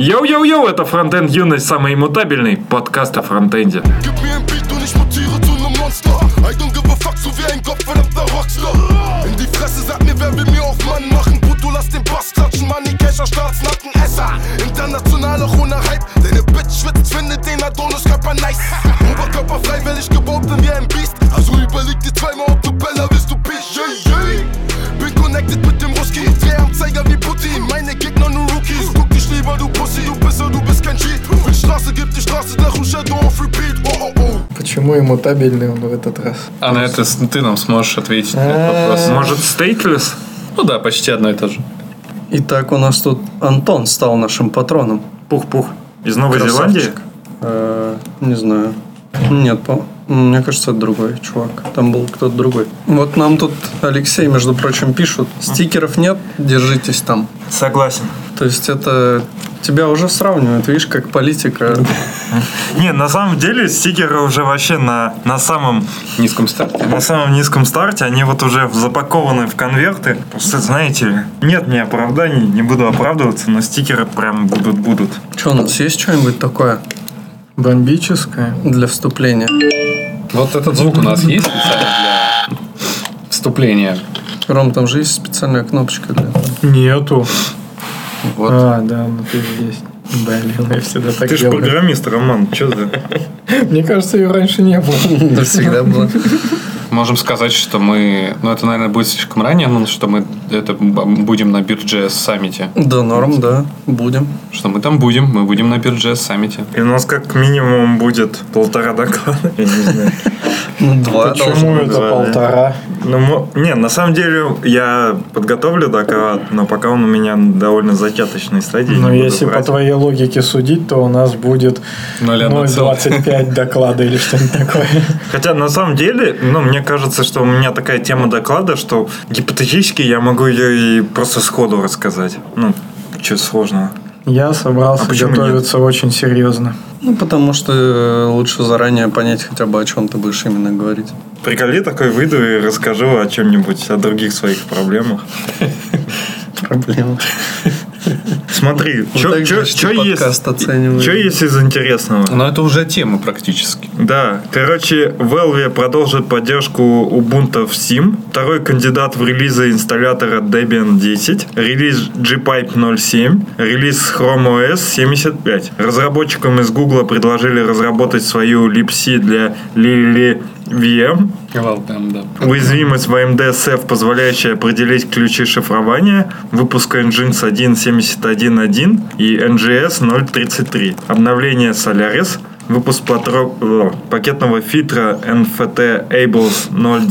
Йоу-йоу-йоу, это Фронтенд Юность, самый иммутабельный подкаст о фронтенде. I don't give a fuck, so wie ein gottverdammter Rockstar. In die Fresse, sag mir, wer will mir auf Mann machen? Bruto, lass den Boss klatschen, Money, Casher, Staatsnacken, Esser. Internationaler Hype, deine Bitch schwitzt, findet den Adonis-Körper nice. Oberkörper frei, weil ich gebaut bin wie ein Biest. Also überleg dir zweimal, ob du Bella bist, du bist. Bin connected mit dem Ruski, dreh am Zeiger wie Putin. Meine Gegner nur Rookies, guck dich lieber, du Pussy, du bist kein Cheat. Will Straße, gibt die Straße, nach dem Shadow auf Repeat. Oh, oh, oh. Почему иммутабельный он в этот раз? А на это ты нам сможешь ответить на этот вопрос. Может, стейтлесс? Ну да, почти одно и то же. Итак, у нас тут Антон стал нашим патроном. Пух-пух. Из Новой Красавчик. Зеландии? Не знаю. Нет, мне кажется, это другой чувак. Там был кто-то другой. Вот нам тут Алексей, между прочим, пишут. Стикеров нет, держитесь там. Согласен. То есть это тебя уже сравнивают, видишь, как политика. Не, на самом деле стикеры уже вообще на самом низком старте. На самом низком старте. Они вот уже запакованы в конверты. Просто, знаете ли, нет мне оправданий, не буду оправдываться, но стикеры прям будут. Что, у нас есть что-нибудь такое? Бомбическое. Для вступления. Вот этот звук у нас есть специально для вступления? Ром, там же есть специальная кнопочка для этого. Нету. Вот. Да, ну ты здесь. Блин, я всегда так Ты же программист, Роман, что ты? Мне кажется, ее раньше не было. Да всегда было. Можем сказать, что мы... Ну, это, наверное, будет слишком ранее, но что мы это будем на BeerJS саммите. Да, норм, да. Будем. Что мы там будем. Мы будем на BeerJS саммите. И у нас как минимум будет 1,5 доклада. Я не знаю. 2 Почему это 1,5? Ну, не, на самом деле я подготовлю доклад, но пока он у меня довольно зачаточной стадии. Но если по твоей логике судить, то у нас будет 0,25 доклада или что-нибудь такое. Хотя на самом деле, мне кажется, что у меня такая тема доклада, что гипотетически я могу ее и просто сходу рассказать. Чего сложного. Я собрался готовиться очень серьезно. Потому что лучше заранее понять хотя бы, о чем ты будешь именно говорить. Приколи такой выйду и расскажу о чем-нибудь, о других своих проблемах. Проблема. Смотри, что есть из интересного? Но это уже тема практически. Да, Valve продолжит поддержку Ubuntu в Steam. Второй кандидат в релизы инсталлятора Debian 10. Релиз gpipe 0.7. Релиз Chrome OS 75. Разработчикам из Google предложили разработать свою libc для LilyVM. Уязвимость в AMD Ceph, позволяющая определить ключи шифрования. Выпуск Nginx 1.71.1 и NGS 0.33. Обновление Solaris. Выпуск пакетного фильтра NFT Ables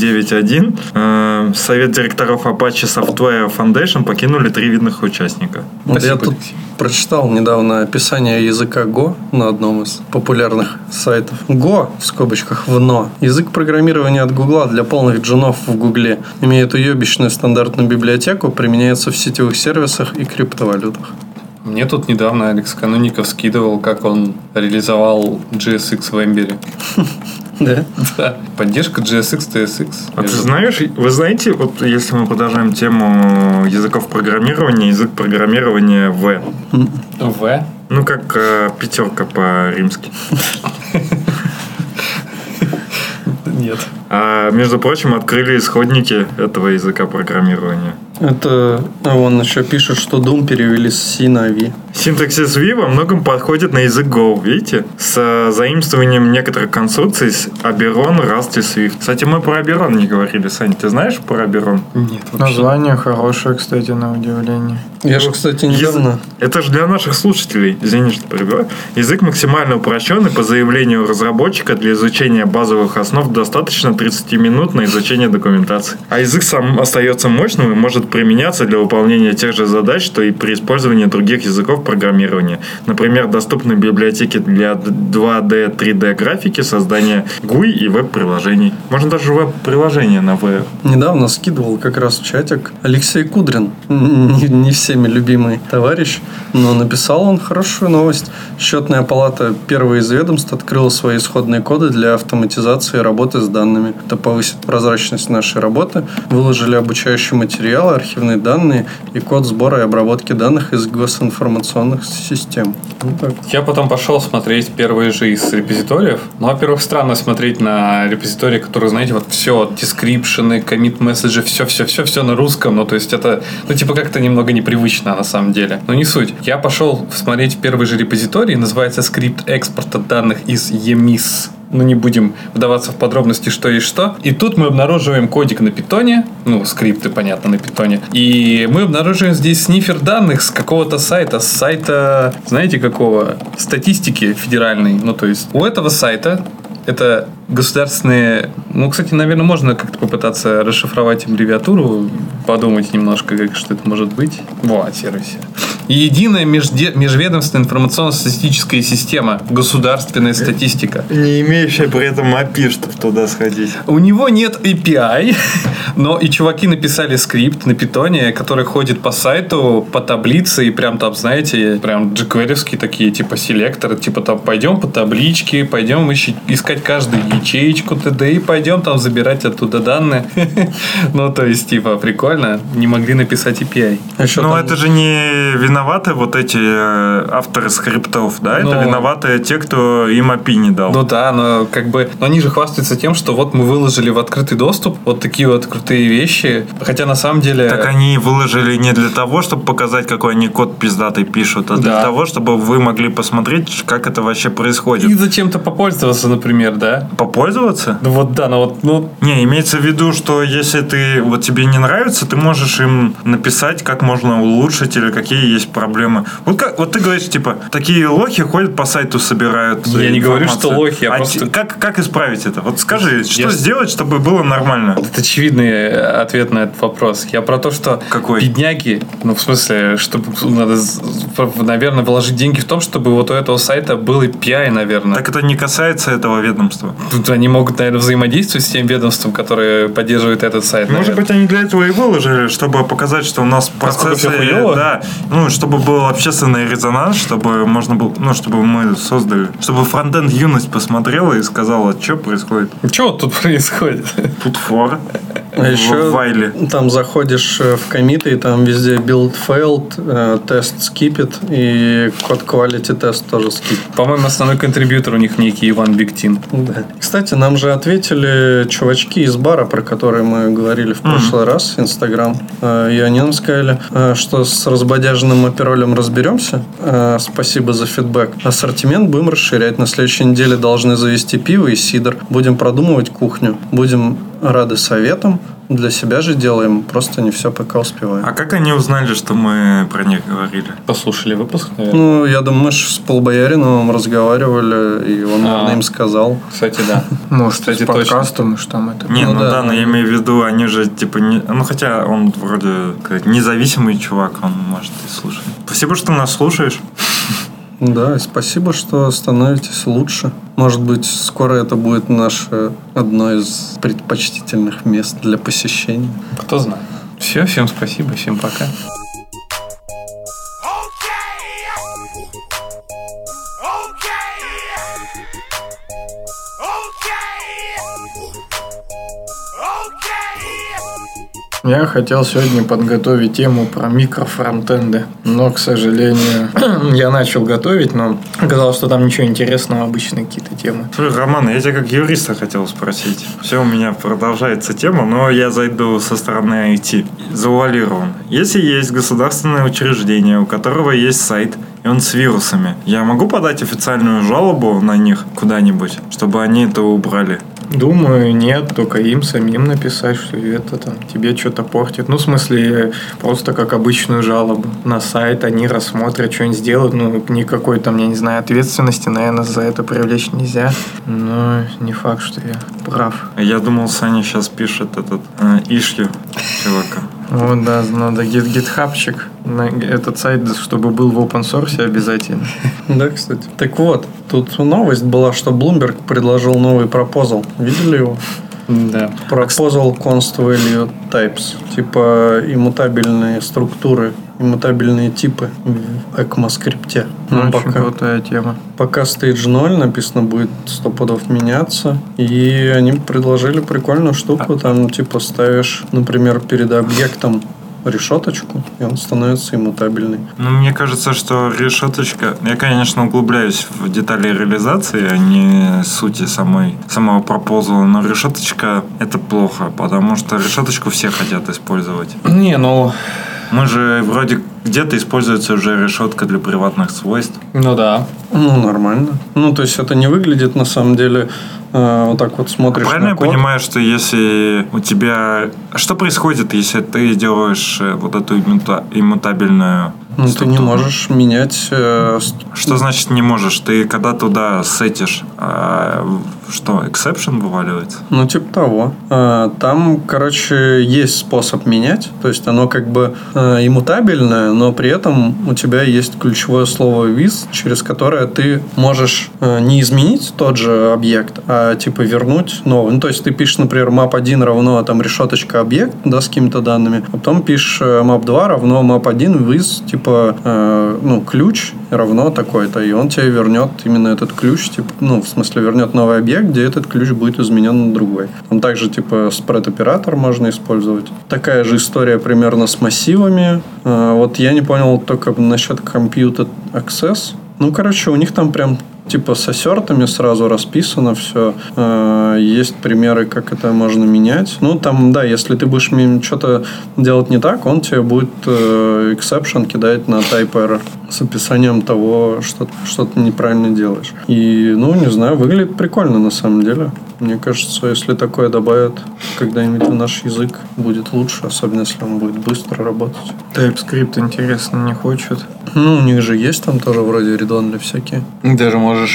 0.9.1. Совет директоров Apache Software Foundation покинули 3 видных участника. Я тут прочитал недавно описание языка Go на одном из популярных сайтов. Go, в скобочках, ВНО. Язык программирования от Гугла для полных джунов в Гугле. Имеет уебищную стандартную библиотеку, применяется в сетевых сервисах и криптовалютах. Мне тут недавно Алекс Кануников скидывал, как он реализовал JSX в Ember. Да? Да. Поддержка JSX, TSX. А ты знаешь, вы знаете, вот если мы продолжаем тему языков программирования, язык программирования В. В? Как 5 по-римски. Нет. А между прочим, открыли исходники этого языка программирования. Это он еще пишет, что Doom перевели с C на V. Синтаксис V во многом подходит на язык Go, видите? С заимствованием некоторых конструкций с Oberon, Rust и Swift. Кстати, мы про Oberon не говорили, Сань. Ты знаешь про Oberon? Нет, вообще. Название хорошее, кстати, на удивление. Я же, кстати, недавно... Это же для наших слушателей, извини, что перебиваю. Язык максимально упрощенный по заявлению разработчика. Для изучения базовых основ достаточно 30 минут на изучение документации. А язык сам остается мощным и может применяться для выполнения тех же задач, что и при использовании других языков программирования. Например, доступны библиотеки для 2D, 3D графики, создания GUI и веб-приложений. Можно даже веб-приложение на веб. Недавно скидывал как раз в чатик Алексей Кудрин. Не всеми любимый товарищ, но написал он хорошую новость. Счетная палата первой из ведомств открыла свои исходные коды для автоматизации работы с данными. Это повысит прозрачность нашей работы. Выложили обучающие материалы, архивные данные и код сбора и обработки данных из госинформационного операционных систем. Ну, так. Я потом пошел смотреть первые же из репозиториев. Ну, во-первых, странно смотреть на репозитории, которые, знаете, вот все, дескрипшены, коммит-месседжи, все на русском. Ну, то есть это, ну, типа, как-то немного непривычно на самом деле. Но не суть. Я пошел смотреть первый же репозиторий, называется скрипт экспорта данных из EMIS. Ну, не будем вдаваться в подробности, что есть что. И тут мы обнаруживаем кодик на питоне. Ну, скрипты, понятно, на питоне. И мы обнаруживаем здесь снифер данных с какого-то сайта. С сайта, знаете, какого? Статистики федеральной. Ну, то есть у этого сайта это государственные... Ну, кстати, наверное, можно как-то попытаться расшифровать аббревиатуру, подумать немножко, как, что это может быть. Вот, сервисе. Единая межведомственная информационно-статистическая система. Государственная статистика. Не имеющая при этом API, чтобы туда сходить. У него нет API, но и чуваки написали скрипт на питоне, который ходит по сайту, по таблице, и прям там, знаете, прям jQuery-овские такие, типа, селекторы, типа там пойдем по табличке, пойдем искать каждую ячеечку т.д. и пойдем там забирать оттуда данные. Ну, то есть, типа, прикольно. Не могли написать API. Но это же не виноваты вот эти авторы скриптов, да? Это виноваты те, кто им API не дал. Ну да, но как бы... Но они же хвастаются тем, что вот мы выложили в открытый доступ вот такие вот крутые вещи. Хотя на самом деле... Так они выложили не для того, чтобы показать, какой они код пиздатый пишут, а для того, чтобы вы могли посмотреть, как это вообще происходит. И зачем-то попользоваться, например, да? Попользоваться? Ну вот да, Не, имеется в виду, что если ты вот тебе не нравится, ты можешь им написать, как можно улучшить или какие есть проблемы. Вот ты говоришь, типа, такие лохи ходят по сайту, собирают. Я не говорю, что лохи, я просто... Как исправить это? Вот скажи, что сделать, чтобы было нормально? Это очевидный ответ на этот вопрос. Я про то, что бедняги, ну, в смысле, чтобы надо, наверное, вложить деньги в том, чтобы вот у этого сайта был API, наверное. Так это не касается этого ведомства. Тут они могут, наверное, взаимодействовать с тем ведомством, которое поддерживает этот сайт. Может быть, они для этого и выложили, чтобы показать, что у нас процессы... Да, ну, чтобы был общественный резонанс, чтобы можно было... Ну, чтобы мы создали... Чтобы фронтенд юность посмотрела и сказала, что происходит. Что вот тут происходит? Тут фор. А еще там заходишь в коммиты, и там везде build failed, тест skipit, и код quality тест тоже skip. По-моему, основной контрибьютор у них некий Иван Биктин. Да. Кстати, нам же ответили чувачки из бара, про которые мы говорили в прошлый раз, Инстаграм. И они нам сказали, что с разбодяженным аперолем разберемся. Спасибо за фидбэк. Ассортимент будем расширять. На следующей неделе должны завести пиво и сидр. Будем продумывать кухню. Будем рады советам. Для себя же делаем, просто не все пока успеваем. А как они узнали, что мы про них говорили? Послушали выпуск, наверное. Ну, я думаю, мы же с Полбояриновым разговаривали, и он, наверное, им сказал. Кстати, да. Может, кстати, с подкастом, что там это... Не, но я имею в виду, они же, типа, не... Ну, хотя он вроде независимый чувак, он может и слушать. Спасибо, что нас слушаешь. Да, и спасибо, что становитесь лучше. Может быть, скоро это будет наше одно из предпочтительных мест для посещения. Кто знает. Все, всем спасибо, всем пока. Я хотел сегодня подготовить тему про микрофронтенды, но, к сожалению, я начал готовить, но оказалось, что там ничего интересного, обычные какие-то темы. Слушай, Роман, я тебя как юриста хотел спросить. Все, у меня продолжается тема, но я зайду со стороны IT. Завуалирован. Если есть государственное учреждение, у которого есть сайт, и он с вирусами, я могу подать официальную жалобу на них куда-нибудь, чтобы они это убрали? Думаю, нет, только им самим написать, что это там тебе что-то портит. Ну, в смысле, просто как обычную жалобу на сайт, они рассмотрят, что-нибудь сделают. Ну, никакой там, я не знаю, ответственности, наверное, за это привлечь нельзя. Но не факт, что я прав. Я думал, Саня сейчас пишет этот ишью чувака. Вот, да, надо гитхабчик на этот сайт, чтобы был в open source обязательно. Да, кстати. Так вот, тут новость была, что Bloomberg предложил новый пропозал. Видели его? Да. Proposal Const Value Types. Типа иммутабельные структуры, иммутабельные типы в ECMAScript. Очень крутая тема. Пока Stage 0 написано будет 100 пудов меняться. И они предложили прикольную штуку. Там типа ставишь, например, перед объектом решеточку, и он становится иммутабельный. Ну, мне кажется, что решеточка... Я, конечно, углубляюсь в детали реализации, а не сути самого пропозала, но решеточка — это плохо, потому что решеточку все хотят использовать. Не, ну... Мы же вроде где-то используется уже решетка для приватных свойств. Ну да. Ну, нормально. Ну, то есть это не выглядит на самом деле вот так вот смотришь правильно на код. я понимаю, что если у тебя... Что происходит, если ты делаешь вот эту иммутабельную Ну, ты не структуру? можешь менять... Что значит не можешь? Ты когда туда сетишь, что, exception вываливается? Ну, типа того. Там, короче, есть способ менять. То есть оно как бы иммутабельное, но при этом у тебя есть ключевое слово with, через которое ты можешь не изменить тот же объект, а типа вернуть новый. Ну, то есть ты пишешь, например, map1 равно там решеточка объект, да, с какими-то данными, а потом пишешь map2 равно map1 with, типа, ключ равно такой-то, и он тебе вернет именно этот ключ, типа, в смысле, вернет новый объект, где этот ключ будет изменен на другой. Там также, типа, спред-оператор можно использовать. Такая же история примерно с массивами. Вот я не понял только насчет Computed Access. Ну, короче, у них там прям типа с ассертами сразу расписано все. Есть примеры, как это можно менять. Ну, там, да, если ты будешь что-то делать не так, он тебе будет exception кидать на type error с описанием того, что ты неправильно делаешь. И, не знаю, выглядит прикольно на самом деле. Мне кажется, если такое добавят когда-нибудь в наш язык, будет лучше, особенно если он будет быстро работать. TypeScript, интересно, не хочет. Ну, у них же есть там тоже вроде редонли всякие. Даже можешь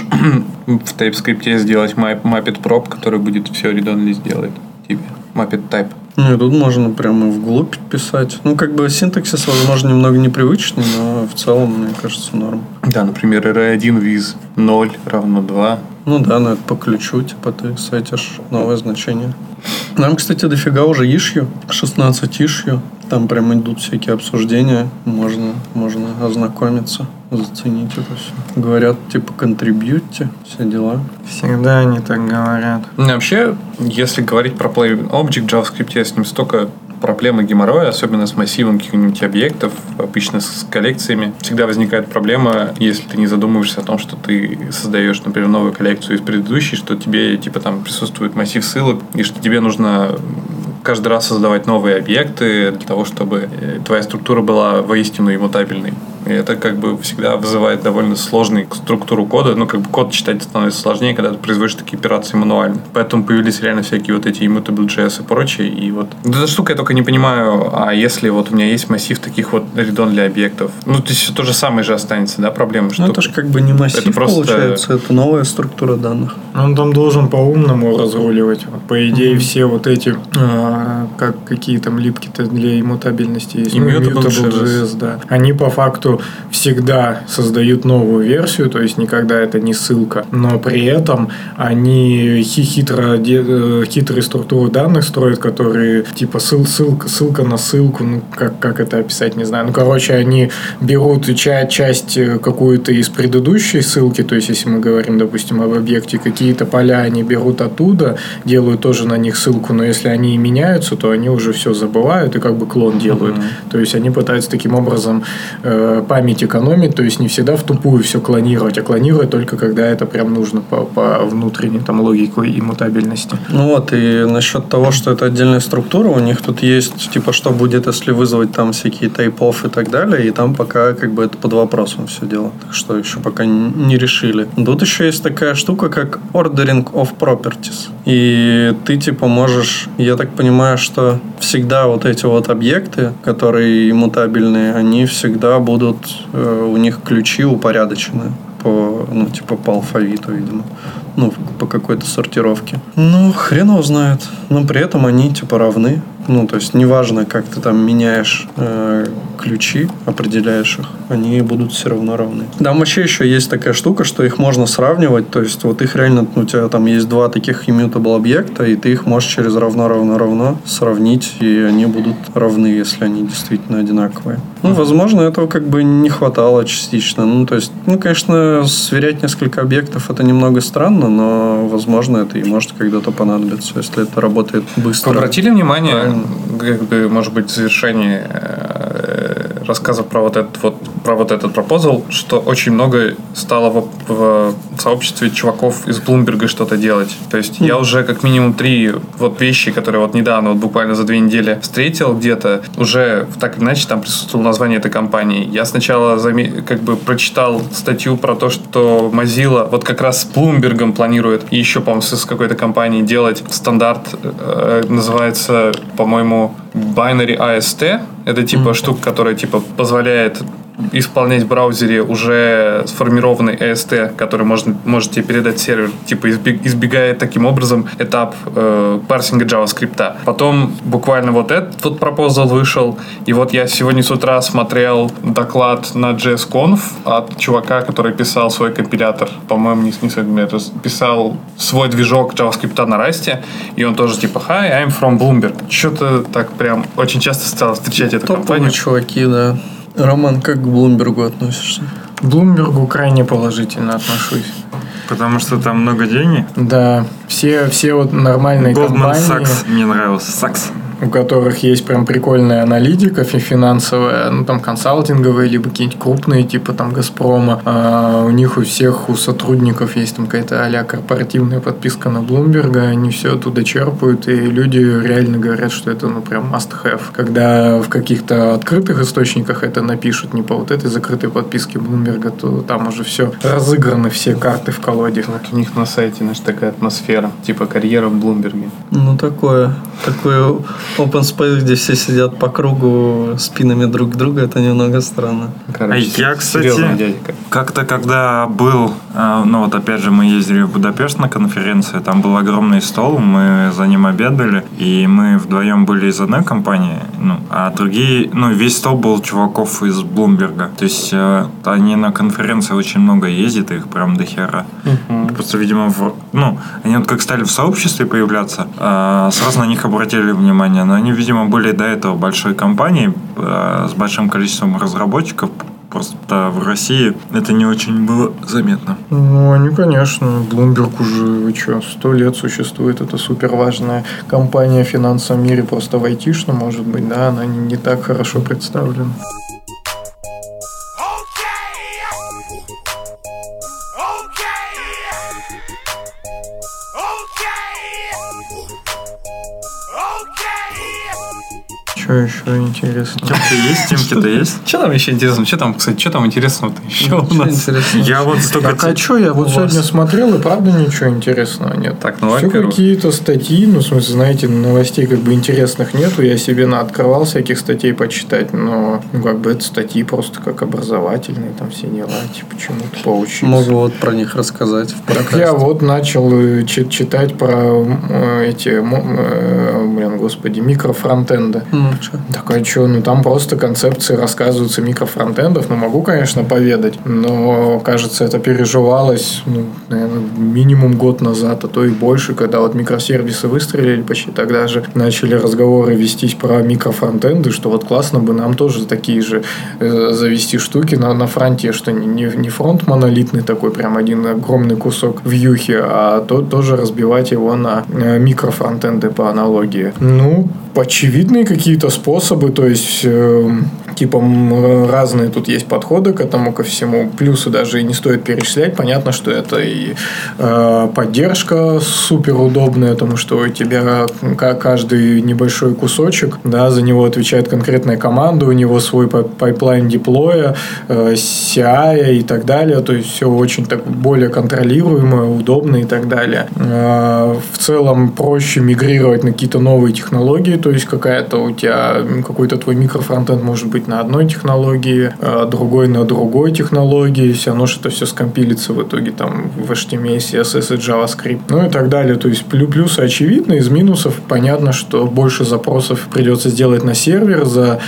в TypeScript сделать Mapped Prop, который будет все редонли сделает тебе. Mapped Type. Ну, и тут можно прямо вглубь писать. Ну, как бы синтаксис, возможно, немного непривычный, но в целом, мне кажется, норм. Да, например, array1 with 0 равно 2. Ну да, но это по ключу, типа ты сетишь новое значение. Нам, кстати, дофига уже issue, 16 issue. Там прям идут всякие обсуждения. Можно ознакомиться, заценить это все. Говорят, типа, контрибьютте, все дела. Всегда они так говорят. Вообще, если говорить про Plain Object в JavaScript, с ним столько проблемы геморроя, особенно с массивом каких-нибудь объектов, обычно с коллекциями. Всегда возникает проблема, если ты не задумываешься о том, что ты создаешь, например, новую коллекцию из предыдущей, что тебе типа там присутствует массив ссылок, и что тебе нужно каждый раз создавать новые объекты для того, чтобы твоя структура была воистину иммутабельной. И это как бы всегда вызывает довольно сложную структуру кода. Ну, как бы код читать становится сложнее, когда ты производишь такие операции мануально. Поэтому появились реально всякие вот эти Immutable.js и прочее. И вот эта штука я только не понимаю, а если вот у меня есть массив таких вот редон для объектов, ну, то есть то же самое же останется, да, проблема? Что это же как бы не массив, это просто... получается, это новая структура данных. Он там должен по-умному разруливать. По идее, все вот эти, какие там липки-то для иммутабельности есть. Immutable.js, да. Они по факту всегда создают новую версию, то есть никогда это не ссылка, но при этом они хитрые структуры данных строят, которые типа ссылка на ссылку, ну как это описать, не знаю. Ну, короче, они берут часть какую-то из предыдущей ссылки, то есть если мы говорим, допустим, об объекте, какие-то поля они берут оттуда, делают тоже на них ссылку, но если они меняются, то они уже все забывают и как бы клон делают. То есть они пытаются таким образом память экономить, то есть не всегда в тупую все клонировать, а клонировать только когда это прям нужно по внутренней там логике иммутабельности. Ну вот, и насчет того, что это отдельная структура, у них тут есть, типа, что будет, если вызвать там всякие тайп-офф и так далее, и там пока как бы это под вопросом все дело. Так что еще пока не решили. Тут еще есть такая штука, как ordering of properties. И ты, типа, можешь, я так понимаю, что всегда вот эти вот объекты, которые иммутабельные, они всегда будут, у них ключи упорядочены по алфавиту, видимо. Ну, по какой-то сортировке. Ну, хрен его знает. Но при этом они, типа, равны. Ну, то есть, неважно, как ты там меняешь ключи, определяешь их, они будут все равно равны. Там вообще еще есть такая штука, что их можно сравнивать, то есть вот их реально, у тебя там есть два таких immutable объекта, и ты их можешь через равно сравнить, и они будут равны, если они действительно одинаковые. Ну, возможно, этого как бы не хватало частично. Ну, то есть, конечно, сверять несколько объектов это немного странно, но, возможно, это и может когда-то понадобиться, если это работает быстро. Вы обратили внимание, как бы, может быть, в завершении рассказа про вот этот пропозал, что очень много стало в сообществе чуваков из Bloomberg что-то делать. То есть я уже как минимум 3 вот вещи, которые вот недавно, вот буквально за 2 недели встретил где-то, уже так или иначе там присутствовало название этой компании. Я сначала как бы прочитал статью про то, что Mozilla вот как раз с Bloomberg планирует и еще, по-моему, с какой-то компанией делать стандарт, называется, по-моему, Binary AST. Это типа штука, которая типа позволяет исполнять в браузере уже сформированный AST, который может тебе передать сервер, типа избегает таким образом этап парсинга JavaScript. Потом буквально вот этот вот пропозал вышел, и вот я сегодня с утра смотрел доклад на JSConf от чувака, который писал свой компилятор, по-моему, не писал свой движок JavaScript на Rust, и он тоже типа «Hi, I'm from Bloomberg». Что-то так прям очень часто стал встречать эту компанию. Чуваки, да. Роман, как к Блумбергу относишься? К Блумбергу крайне положительно отношусь. Потому что там много денег? Да. Все вот нормальные Goldman компании... Sachs мне нравился. Sachs. У которых есть прям прикольная аналитика финансовая, ну там консалтинговые, либо какие-нибудь крупные, типа там Газпрома. У них у всех, у сотрудников есть там какая-то а-ля корпоративная подписка на Bloomberg, они все оттуда черпают, и люди реально говорят, что это ну прям must have. Когда в каких-то открытых источниках это напишут, не по вот этой закрытой подписке Bloomberg, то там уже все разыграны, все карты в колоде. Вот у них на сайте, значит, такая атмосфера, типа карьера в Bloomberg. Ну такое open space, где все сидят по кругу спинами друг к другу, это немного странно. Короче, я, кстати, как-то когда был, ну вот опять же мы ездили в Будапешт на конференцию, там был огромный стол, мы за ним обедали, и мы вдвоем были из одной компании, ну, а другие, ну, весь стол был чуваков из Блумберга. То есть они на конференции очень много ездят, их прям до хера. Просто, видимо, они вот как стали в сообществе появляться, сразу на них обратили внимание. Но они, видимо, были до этого большой компанией с большим количеством разработчиков. Просто в России это не очень было заметно. Ну, они, конечно. Bloomberg уже, вы что, 100 лет существует. Это супер важная компания в финансовом мире. Просто в айтишном, может быть, да, она не так хорошо представлена. Что еще интересно? Темки-то есть? Что там еще интересно? Что там интересного-то еще у нас? Я вот столько... Так, а что, я вот сегодня смотрел, и правда ничего интересного нет. Так, ну, все какие-то статьи, ну, в смысле, знаете, новостей как бы интересных нету. Я себе открывал всяких статей почитать, но, ну, как бы это статьи просто как образовательные, там все дела, типа, чему-то поучиться. Могу вот про них рассказать в подкасте. Так я вот начал читать про микрофронтенды. Так, а что? Ну, там просто концепции рассказываются микрофронтендов. Ну, могу, конечно, поведать, но, кажется, это переживалось, ну, наверное, минимум год назад, а то и больше, когда вот микросервисы выстрелили почти, тогда же начали разговоры вестись про микрофронтенды, что вот классно бы нам тоже такие же завести штуки на фронте, что не фронт монолитный такой, прям один огромный кусок вьюхи, а тоже разбивать его на микрофронтенды по аналогии. Ну, очевидные какие-то способы, то есть типа разные тут есть подходы к этому ко всему, плюсы даже и не стоит перечислять, понятно, что это и поддержка супер удобная, потому что у тебя каждый небольшой кусочек, да, за него отвечает конкретная команда, у него свой пайплайн деплоя, CI и так далее, то есть все очень так более контролируемо, удобно и так далее. В целом проще мигрировать на какие-то новые технологии, то есть какая-то у тебя, какой-то твой микрофронтенд может быть стоит на одной технологии, другой на другой технологии, все равно что-то все скомпилится в итоге там в HTML, CSS и JavaScript, ну и так далее. То есть плюсы очевидны, из минусов понятно, что больше запросов придется сделать на сервер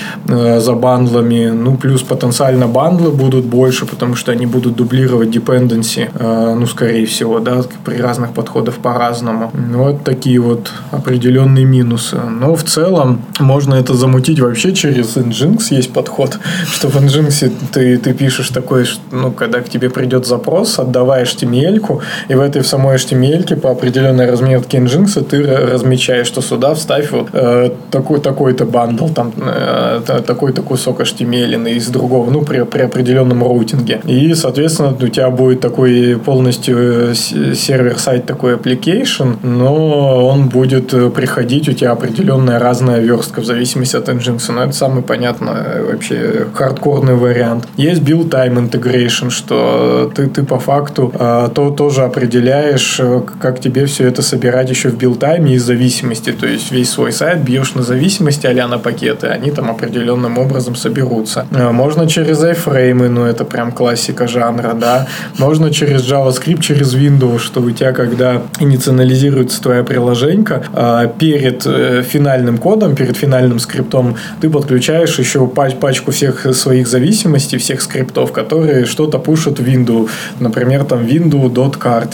за бандлами, ну плюс потенциально бандлы будут больше, потому что они будут дублировать dependency, ну скорее всего, да, при разных подходах по-разному. Ну, вот такие вот определенные минусы. Но в целом можно это замутить вообще через Nginx. Есть подход, что в Nginx ты пишешь такой, ну, когда к тебе придет запрос, отдавай HTML-ку, и в самой HTML-ке по определенной разметке Nginx ты размечаешь, что сюда вставь вот такой-то бандл, там такой-то кусок HTML из другого, ну, при определенном роутинге. И, соответственно, у тебя будет такой полностью сервер-сайт, такой application, но он будет приходить, у тебя определенная разная верстка в зависимости от Nginx. Но это самый понятный вообще хардкорный вариант. Есть build time integration, что ты по факту тоже определяешь, как тебе все это собирать еще в build time из зависимости. То есть весь свой сайт бьешь на зависимости а-ля на пакеты, они там определенным образом соберутся. Можно через iframe, ну это прям классика жанра, да. Можно через JavaScript, через Windows, что у тебя, когда инициализируется твоя приложенька, перед финальным кодом, перед финальным скриптом ты подключаешь еще пачку всех своих зависимостей, всех скриптов, которые что-то пушат в Windows. Например, там window.cart,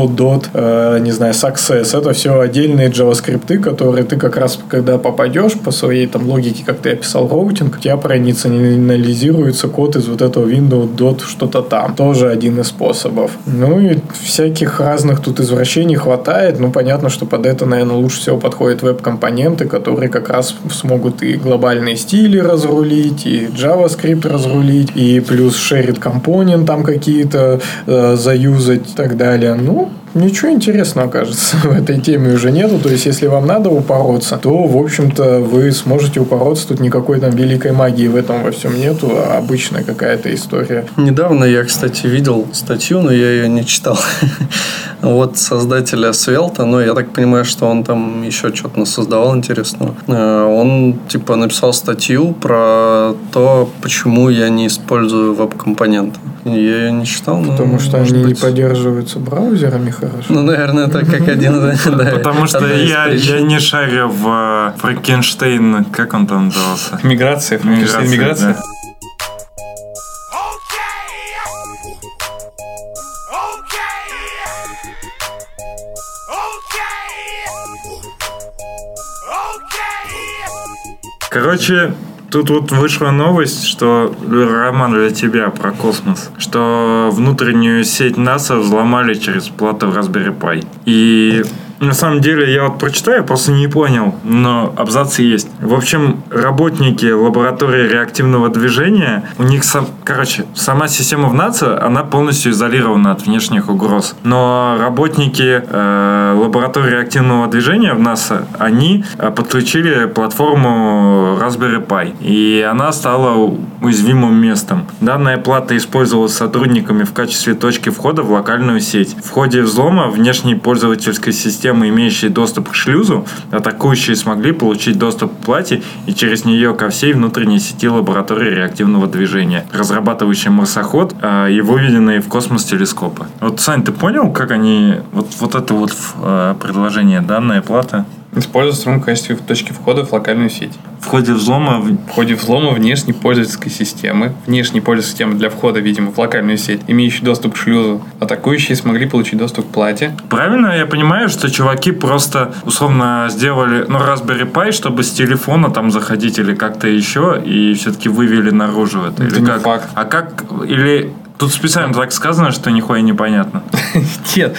window. Не знаю, success. Это все отдельные JavaScript, которые ты как раз, когда попадешь по своей там логике, как ты описал роутинг, у тебя проинициализируется код из вот этого window. Что-то там. Тоже один из способов. Ну и всяких разных тут извращений хватает. Ну, понятно, что под это, наверное, лучше всего подходят веб-компоненты, которые как раз смогут и глобальные стили разрулить, и JavaScript разрулить, и плюс shared компонент там какие-то заюзать и так далее. Ну, ничего интересного, кажется, в этой теме уже нету. То есть, если вам надо упороться, то, в общем-то, вы сможете упороться. Тут никакой там великой магии в этом во всем нету, а обычная какая-то история. Недавно я, кстати, видел статью, но я ее не читал. Вот создателя Svelte, но я так понимаю, что он там еще что-то насоздавал интересного. Он, типа, написал статью про то, почему я не использую веб-компоненты. Я ее не читал, но... Потому что они не поддерживаются браузерами хорошо. Ну, наверное, это как один... Потому что я не шарю в Франкенштейн, как он там назывался? Миграция. Миграция. Короче, тут вот вышла новость, что, Роман, для тебя про космос, что внутреннюю сеть НАСА взломали через плату Raspberry Pi. И на самом деле я вот прочитаю, просто не понял, но абзацы есть. В общем, работники лаборатории реактивного движения, у них сама система в НАСА, она полностью изолирована от внешних угроз. Но работники лаборатории реактивного движения в НАСА, они подключили платформу Raspberry Pi, и она стала уязвимым местом. Данная плата использовалась сотрудниками в качестве точки входа в локальную сеть. В ходе взлома внешней пользовательской системы, имеющие доступ к шлюзу, атакующие смогли получить доступ к плате и через нее ко всей внутренней сети лаборатории реактивного движения, разрабатывающей марсоход и выведенные в космос телескопы. Вот, Сань, ты понял, как они... Вот это вот предложение, данная плата? Используется в качестве точки входа в локальную сеть. В ходе взлома внешней пользовательской системы для входа, видимо, в локальную сеть, имеющей доступ к шлюзу, атакующие смогли получить доступ к плате. Правильно я понимаю, что чуваки просто условно сделали Raspberry Pi, чтобы с телефона там заходить или как-то еще, и все-таки вывели наружу это? Это или не как? факт. А как? Или... Тут специально так сказано, что нихуя непонятно. Нет.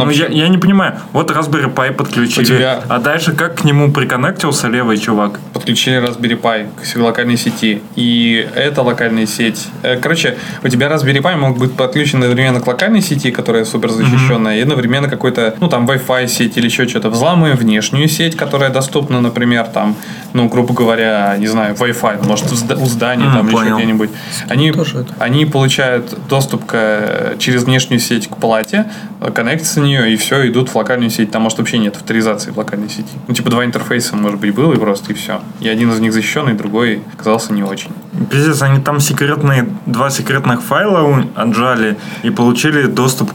Я не понимаю. Вот Raspberry Pi подключили. А дальше как к нему приконнектился левый чувак? Подключили Raspberry Pi к локальной сети. И эта локальная сеть... Короче, у тебя Raspberry Pi могут быть подключены одновременно к локальной сети, которая супер защищенная, и одновременно какой-то, там, Wi-Fi сеть или еще что-то. Взламываем внешнюю сеть, которая доступна, например, там, грубо говоря, не знаю, Wi-Fi, может, у здания, там, или еще где-нибудь. Они получают доступ через внешнюю сеть к палате, коннектятся на нее, и все, идут в локальную сеть. Там, может, вообще нет авторизации в локальной сети. Ну, типа, два интерфейса, может быть, было, и просто, и все. И один из них защищенный, другой оказался не очень. Пиздец, они там два секретных файла отжали и получили доступ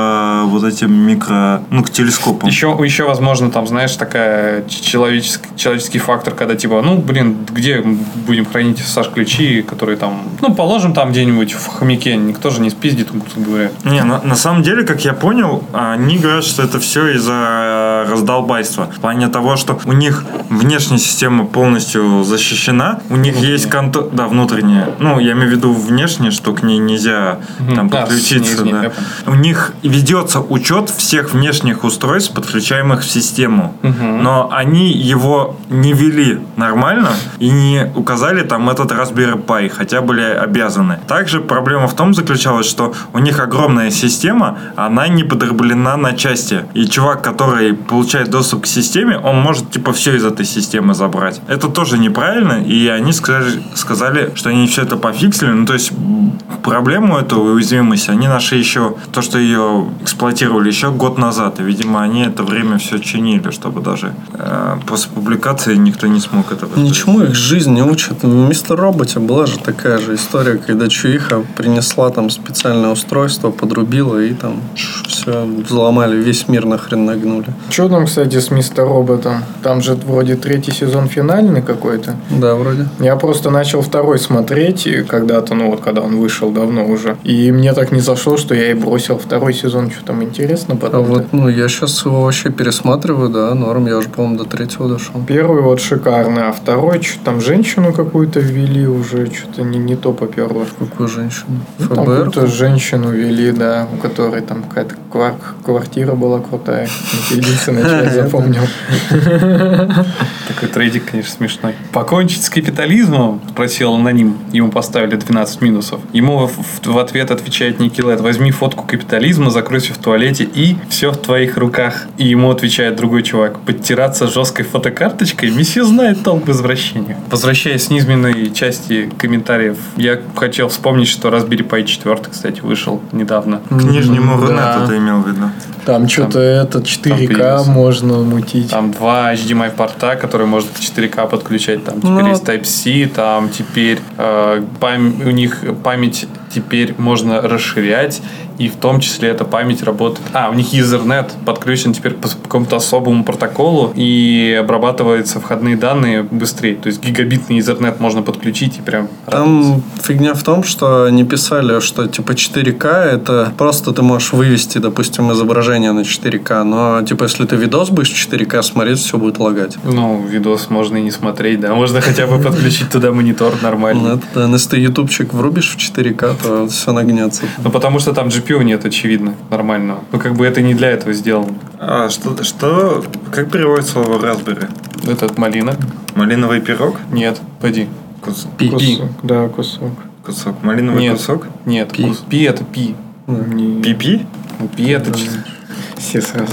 к вот этим к телескопам. Еще, возможно, там, знаешь, такая человеческий фактор, когда типа, где будем хранить САШ-ключи, которые там, положим там где-нибудь в хомяке, никто же не спиздит, грубо говоря. Не, на самом деле, как я понял, они говорят, что это все из-за раздолбайства. В плане того, что у них внешняя система полностью защищена, у них есть внутренняя. Я имею в виду внешне, что к ней нельзя там подключиться. Да. У них ведется учет всех внешних устройств, подключаемых в систему. Но они его не вели нормально и не указали там этот Raspberry Pi, хотя были обязаны. Также проблема в том заключалась, что у них огромная система, она не подраблена на части. И чувак, который получает доступ к системе, он может типа все из этой системы забрать. Это тоже неправильно, и они сказали, что они все это пофиксили. То есть проблему эту уязвимость они нашли еще то, что ее эксплуатировали еще год назад. И, видимо, они это время все чинили, чтобы даже после публикации никто не смог это повторить. Ничему их жизнь не учат. В Мистер Роботе была же такая же история, когда Чуиха принесла там специальное устройство, подрубила и там все взломали, весь мир нахрен нагнули. Что там, кстати, с Мистер Роботом? Там же вроде 3-й сезон финальный какой-то. Да, вроде. Я просто начал 2-й смотреть когда-то, когда он вышел давно уже. И мне так не зашло, что я и бросил 2-й сезон. Что там интересно потом? Я сейчас его вообще пересматриваю, да, норм. Я уже, по-моему, до 3-го дошел. 1-й шикарный, а 2-й что там женщину какую-то ввели уже, что-то не то поперло. Какую женщину? Там какую-то женщину ввели, да, у которой там какая-то квартира была крутая. Единственное, что я запомнил. Такой трейдик, конечно, смешной. Покончить с капитализмом? Спросил аноним. Ему поставили 12 минусов. Ему в ответ отвечает Ники Лед: возьми фотку капитализма, закройся в туалете и все в твоих руках. И ему отвечает другой чувак: подтираться жесткой фотокарточкой? Месье знает толк в извращениях. Возвращаясь с низменной части комментариев, я хотел вспомнить, что Raspberry Pi 4, кстати, вышел недавно. К нижнему Рунету ты имел в виду? Там что-то 4К можно мутить. Там 2 HDMI порта, которые можно 4К подключать. Там теперь есть Type-C, там теперь у них память теперь можно расширять, и в том числе эта память работает. У них Ethernet подключен теперь по какому-то особому протоколу, и обрабатываются входные данные быстрее. То есть гигабитный Ethernet можно подключить и прям... Там фигня в том, что они писали, что типа 4К это просто ты можешь вывести, допустим, изображение на 4К, но типа если ты видос будешь 4К смотреть, все будет лагать. Видос можно и не смотреть, да. Можно хотя бы подключить туда монитор нормально. Если ты ютубчик врубишь в 4К, то все нагнется. Потому что там GPU нет, очевидно, нормального. Это не для этого сделано. Как переводится слово Raspberry? Этот малина. Малиновый пирог? Нет, пойди. Кусок. Да, кусок. Кусок. Малиновый кусок? Нет, пи это пи. Пи-пи? Пи это... Все сразу.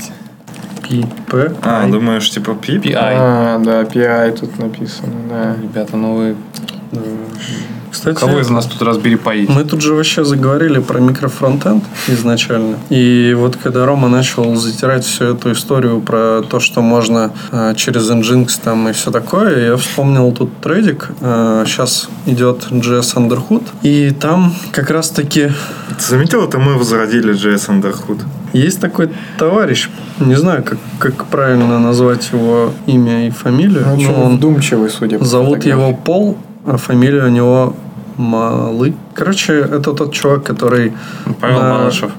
Пи-п. Думаешь, типа пи? PI. Да, PI тут написано, да. Ребята, вы... Кстати, кого из нас тут Raspberry Pi? Мы тут же вообще заговорили про микрофронтенд изначально. И вот когда Рома начал затирать всю эту историю про то, что можно через Nginx там и все такое, я вспомнил тут трейдик. Сейчас идет JS Underhood. И там как раз таки... Ты заметил, это мы возродили JS Underhood? Есть такой товарищ, не знаю, как правильно назвать его имя и фамилию. Он вдумчивый, судя по зовут его Пол, а фамилия у него Малы. Короче, это тот чувак, который... Павел Малышев.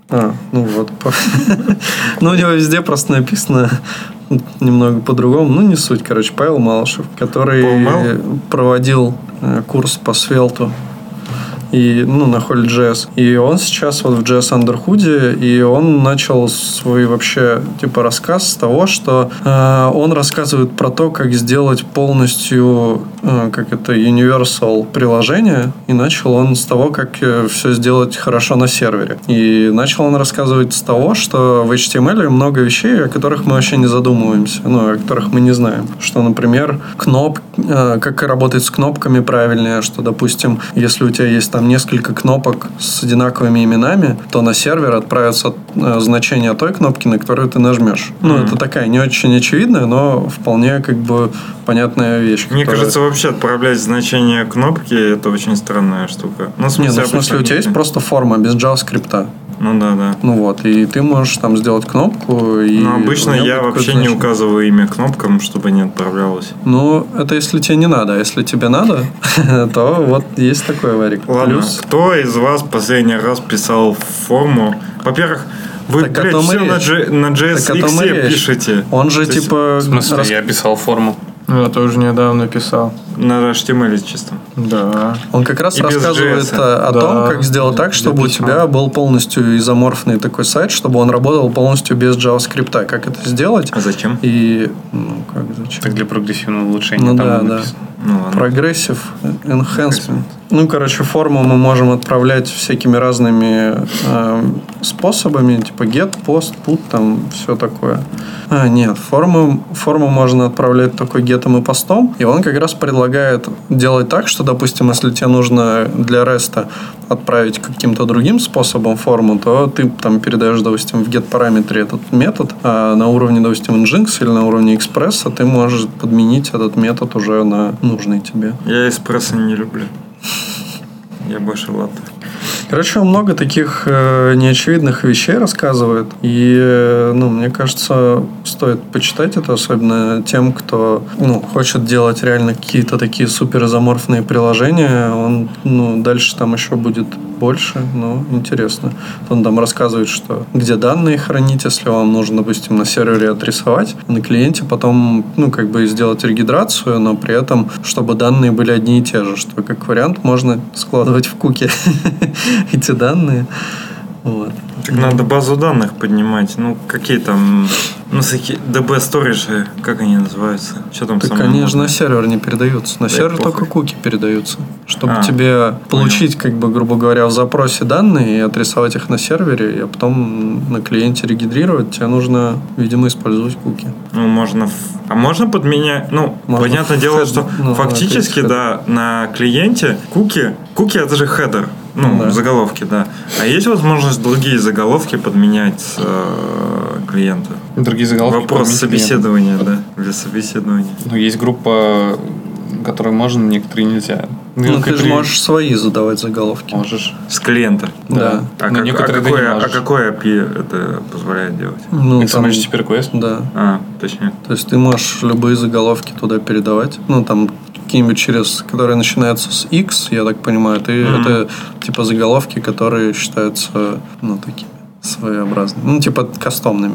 У него везде просто написано немного по-другому. Не суть, Павел Малышев, который проводил курс по Svelte и, на Holy.js. И он сейчас в JS Underhood, и он начал свой вообще рассказ с того, что он рассказывает про то, как сделать полностью Universal приложение, и начал он с того, как все сделать хорошо на сервере. И начал он рассказывать с того, что в HTML много вещей, о которых мы вообще не задумываемся, о которых мы не знаем. Что, например, как работать с кнопками правильнее, что, допустим, если у тебя есть там несколько кнопок с одинаковыми именами, то на сервер отправится значение той кнопки, на которую ты нажмешь. Это такая не очень очевидная, но вполне как бы понятная вещь. Мне кажется, вообще отправлять значение кнопки — это очень странная штука. В смысле, у тебя есть просто форма без JavaScript. Да. И ты можешь там сделать кнопку. Но обычно я вообще не указываю имя кнопкам, чтобы не отправлялось. Это если тебе не надо. А если тебе надо, то вот есть такой варик. Ладно, кто из вас последний раз писал форму? Во-первых, вы, все на JSX пишете. Он же типа... В смысле, я писал форму. Я тоже недавно писал. На HTML чисто. Да. Он как раз рассказывает о том, как сделать так, чтобы у тебя был полностью изоморфный такой сайт, чтобы он работал полностью без JavaScript. Как это сделать? А зачем? Как зачем? Так для прогрессивного улучшения. Да. Progressive Enhancement. Форму мы можем отправлять всякими разными способами, типа get, post, put, там все такое. Нет, форму можно отправлять только гетом и постом, и он как раз предлагает делать так, что, допустим, если тебе нужно для REST отправить каким-то другим способом форму, то ты там передаешь, допустим, в get параметре этот метод, а на уровне, допустим, Nginx или на уровне экспресса ты можешь подменить этот метод уже на нужный тебе. Я экспресса не люблю. Я больше латте. Он много таких неочевидных вещей рассказывает. И, мне кажется, стоит почитать это, особенно тем, кто хочет делать реально какие-то такие суперизоморфные приложения. Он, дальше там еще будет больше, но интересно. Он там рассказывает, что где данные хранить, если вам нужно, допустим, на сервере отрисовать, на клиенте потом, сделать регидрацию, но при этом, чтобы данные были одни и те же, что как вариант можно складывать в куки эти данные. Вот. Так надо базу данных поднимать. Какие там... DB Storage, как они называются? Что там? Так они же на сервер не передаются. На сервер только куки передаются. Чтобы тебе получить, грубо говоря, в запросе данные и отрисовать их на сервере, а потом на клиенте регистрировать, тебе нужно, видимо, использовать куки. Можно... А можно подменять... понятное дело, что фактически, на клиенте куки это же хедер. Заголовки, да. А есть возможность другие заголовки подменять с клиента? Другие заголовки. Вопрос собеседования, для собеседования. Есть группа, которой можно, некоторые нельзя. Ты же можешь свои задавать заголовки. Можешь. С клиента? Да. А какой API это позволяет делать? XML request? Да. Точнее. То есть ты можешь любые заголовки туда передавать. Какие-нибудь которые начинаются с X, я так понимаю, это типа заголовки, которые считаются, такими своеобразными. Кастомными.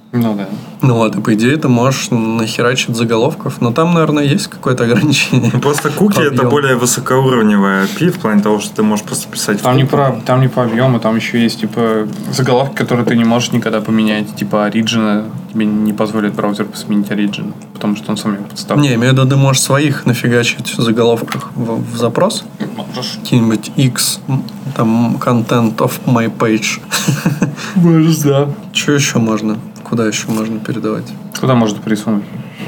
Да. И по идее ты можешь нахерачить заголовков, но там, наверное, есть какое-то ограничение. Просто куки это более высокоуровневая API в плане того, что ты можешь просто писать. Там не по объему, там еще есть заголовки, которые ты не можешь никогда поменять, типа origin, тебе не позволит браузер сменить origin, потому что он сам его подставил. Не, имею в виду, ты можешь своих нафигачить в заголовках в запрос. Можешь. Какие-нибудь X, там content of my page. Можешь, да. Что еще можно? Куда еще можно передавать? Куда можно присунуть?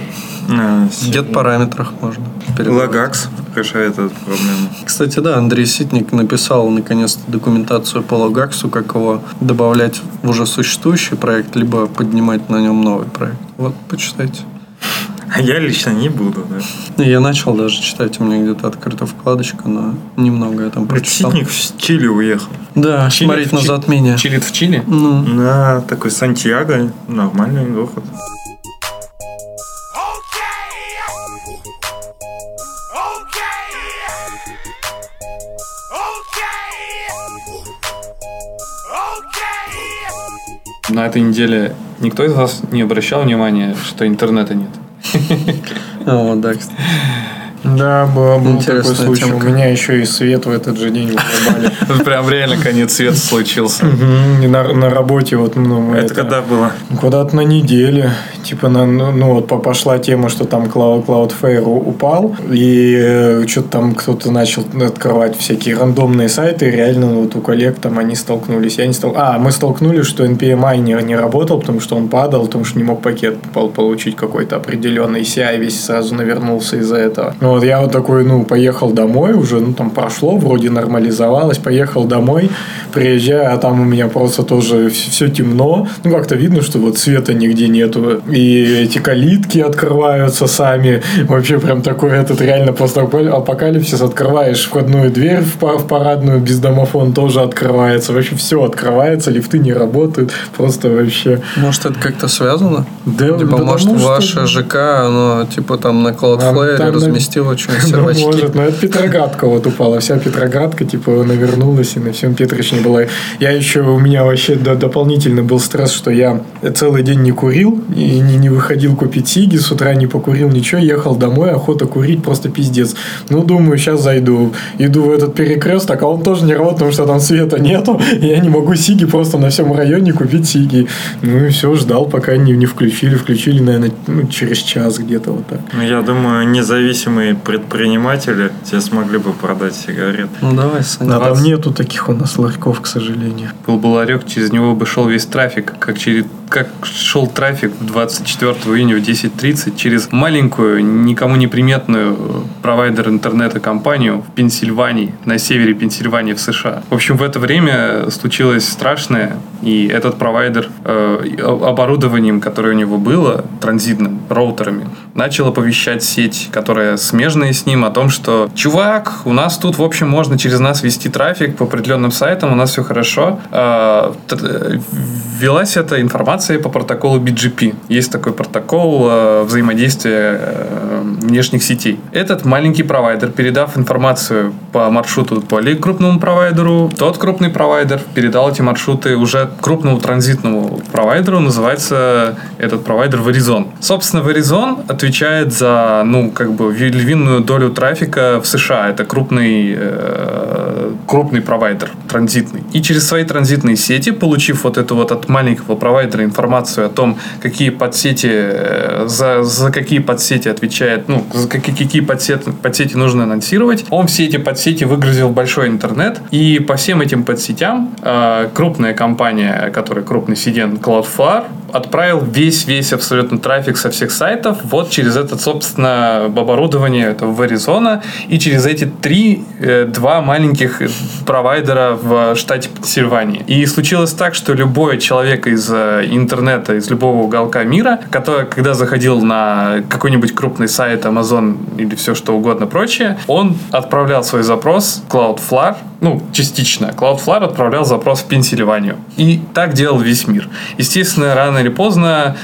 В get-параметрах можно передавать. Lagax решает эту проблему. Кстати, да, Андрей Ситник написал наконец-то документацию по Lagax, как его добавлять в уже существующий проект, либо поднимать на нем новый проект. Вот, почитайте. А я лично не буду, да. Я начал даже читать, у меня где-то открыта вкладочка, но немного я там прочитал. Ситник в Чили уехал. Да, смотреть на затмение. Чилит в Чили? Да, такой Сантьяго, нормальный город. На этой неделе никто из вас не обращал внимания, что интернета нет? Да, кстати. Да, был такой случай. У меня еще и свет в этот же день вырубали. Прям реально конец света случился. На работе Это когда было? Куда-то на неделе. типа, пошла тема, что там Cloudflare упал, и что-то там кто-то начал открывать всякие рандомные сайты, и реально вот у коллег там они столкнулись. Мы столкнулись, что NPMI не работал, потому что он падал, потому что не мог пакет получить какой-то определенный, CI весь сразу навернулся из-за этого. Вот я вот такой, поехал домой уже, там прошло, вроде нормализовалось, поехал домой, приезжаю, а там у меня просто тоже все темно, как-то видно, что вот света нигде нету, и эти калитки открываются сами, вообще прям такой реально постапокалипсис, открываешь входную дверь в парадную, без домофон тоже открывается, вообще все открывается, лифты не работают, просто вообще... Может, это как-то связано? Да, может, ваше ЖК, оно там на Cloudflare разместило что-нибудь сервачки? Может, но это Петроградка вот упала, вся Петроградка навернулась, и на всем Петричне была. У меня вообще дополнительно был стресс, что я целый день не курил, и не выходил купить сиги, с утра не покурил ничего, ехал домой, охота курить, просто пиздец. Думаю, сейчас зайду. Иду в этот перекресток, а он тоже не работает, потому что там света нету, и я не могу сиги просто на всем районе купить сиги. И все, ждал, пока не включили. Включили, наверное, через час где-то вот так. Я думаю, независимые предприниматели тебе смогли бы продать сигарет. Давай, Саня. Там нету таких у нас ларьков, к сожалению. Был бы ларек, через него бы шел весь трафик, как шел трафик 24 июня в 10:30 через маленькую, никому не приметную провайдер интернета компанию в Пенсильвании, на севере Пенсильвании в США. В общем, в это время случилось страшное, и этот провайдер оборудованием, которое у него было, транзитным, роутерами, начал оповещать сеть, которая смежная с ним, о том, что чувак, у нас тут, в общем, можно через нас вести трафик по определенным сайтам, у нас все хорошо. Велась эта информация по протоколу BGP. Есть такой протокол взаимодействия внешних сетей. Этот маленький провайдер, передав информацию по маршруту более крупному провайдеру, тот крупный провайдер передал эти маршруты уже крупному транзитному провайдеру, называется этот провайдер Verizon. Собственно, Verizon отвечает за, львиную долю трафика в США. Это крупный провайдер, транзитный. И через свои транзитные сети, получив вот эту вот от маленького провайдера информацию о том, какие подсети, за какие подсети отвечает, за какие подсети нужно анонсировать, он все эти подсети выгрузил в большой интернет, и по всем этим подсетям крупная компания, которая крупный CDN Cloudflare, отправил весь абсолютно трафик со всех сайтов вот через это, собственно, оборудование этого Verizon и через эти два маленьких провайдера в штате Пенсильвания. И случилось так, что любой человек из интернета, из любого уголка мира, который, когда заходил на какой-нибудь крупный сайт Amazon или все что угодно прочее, он отправлял свой запрос Cloudflare, частично. Cloudflare отправлял запрос в Пенсильванию. И так делал весь мир. Естественно, рано или поздно,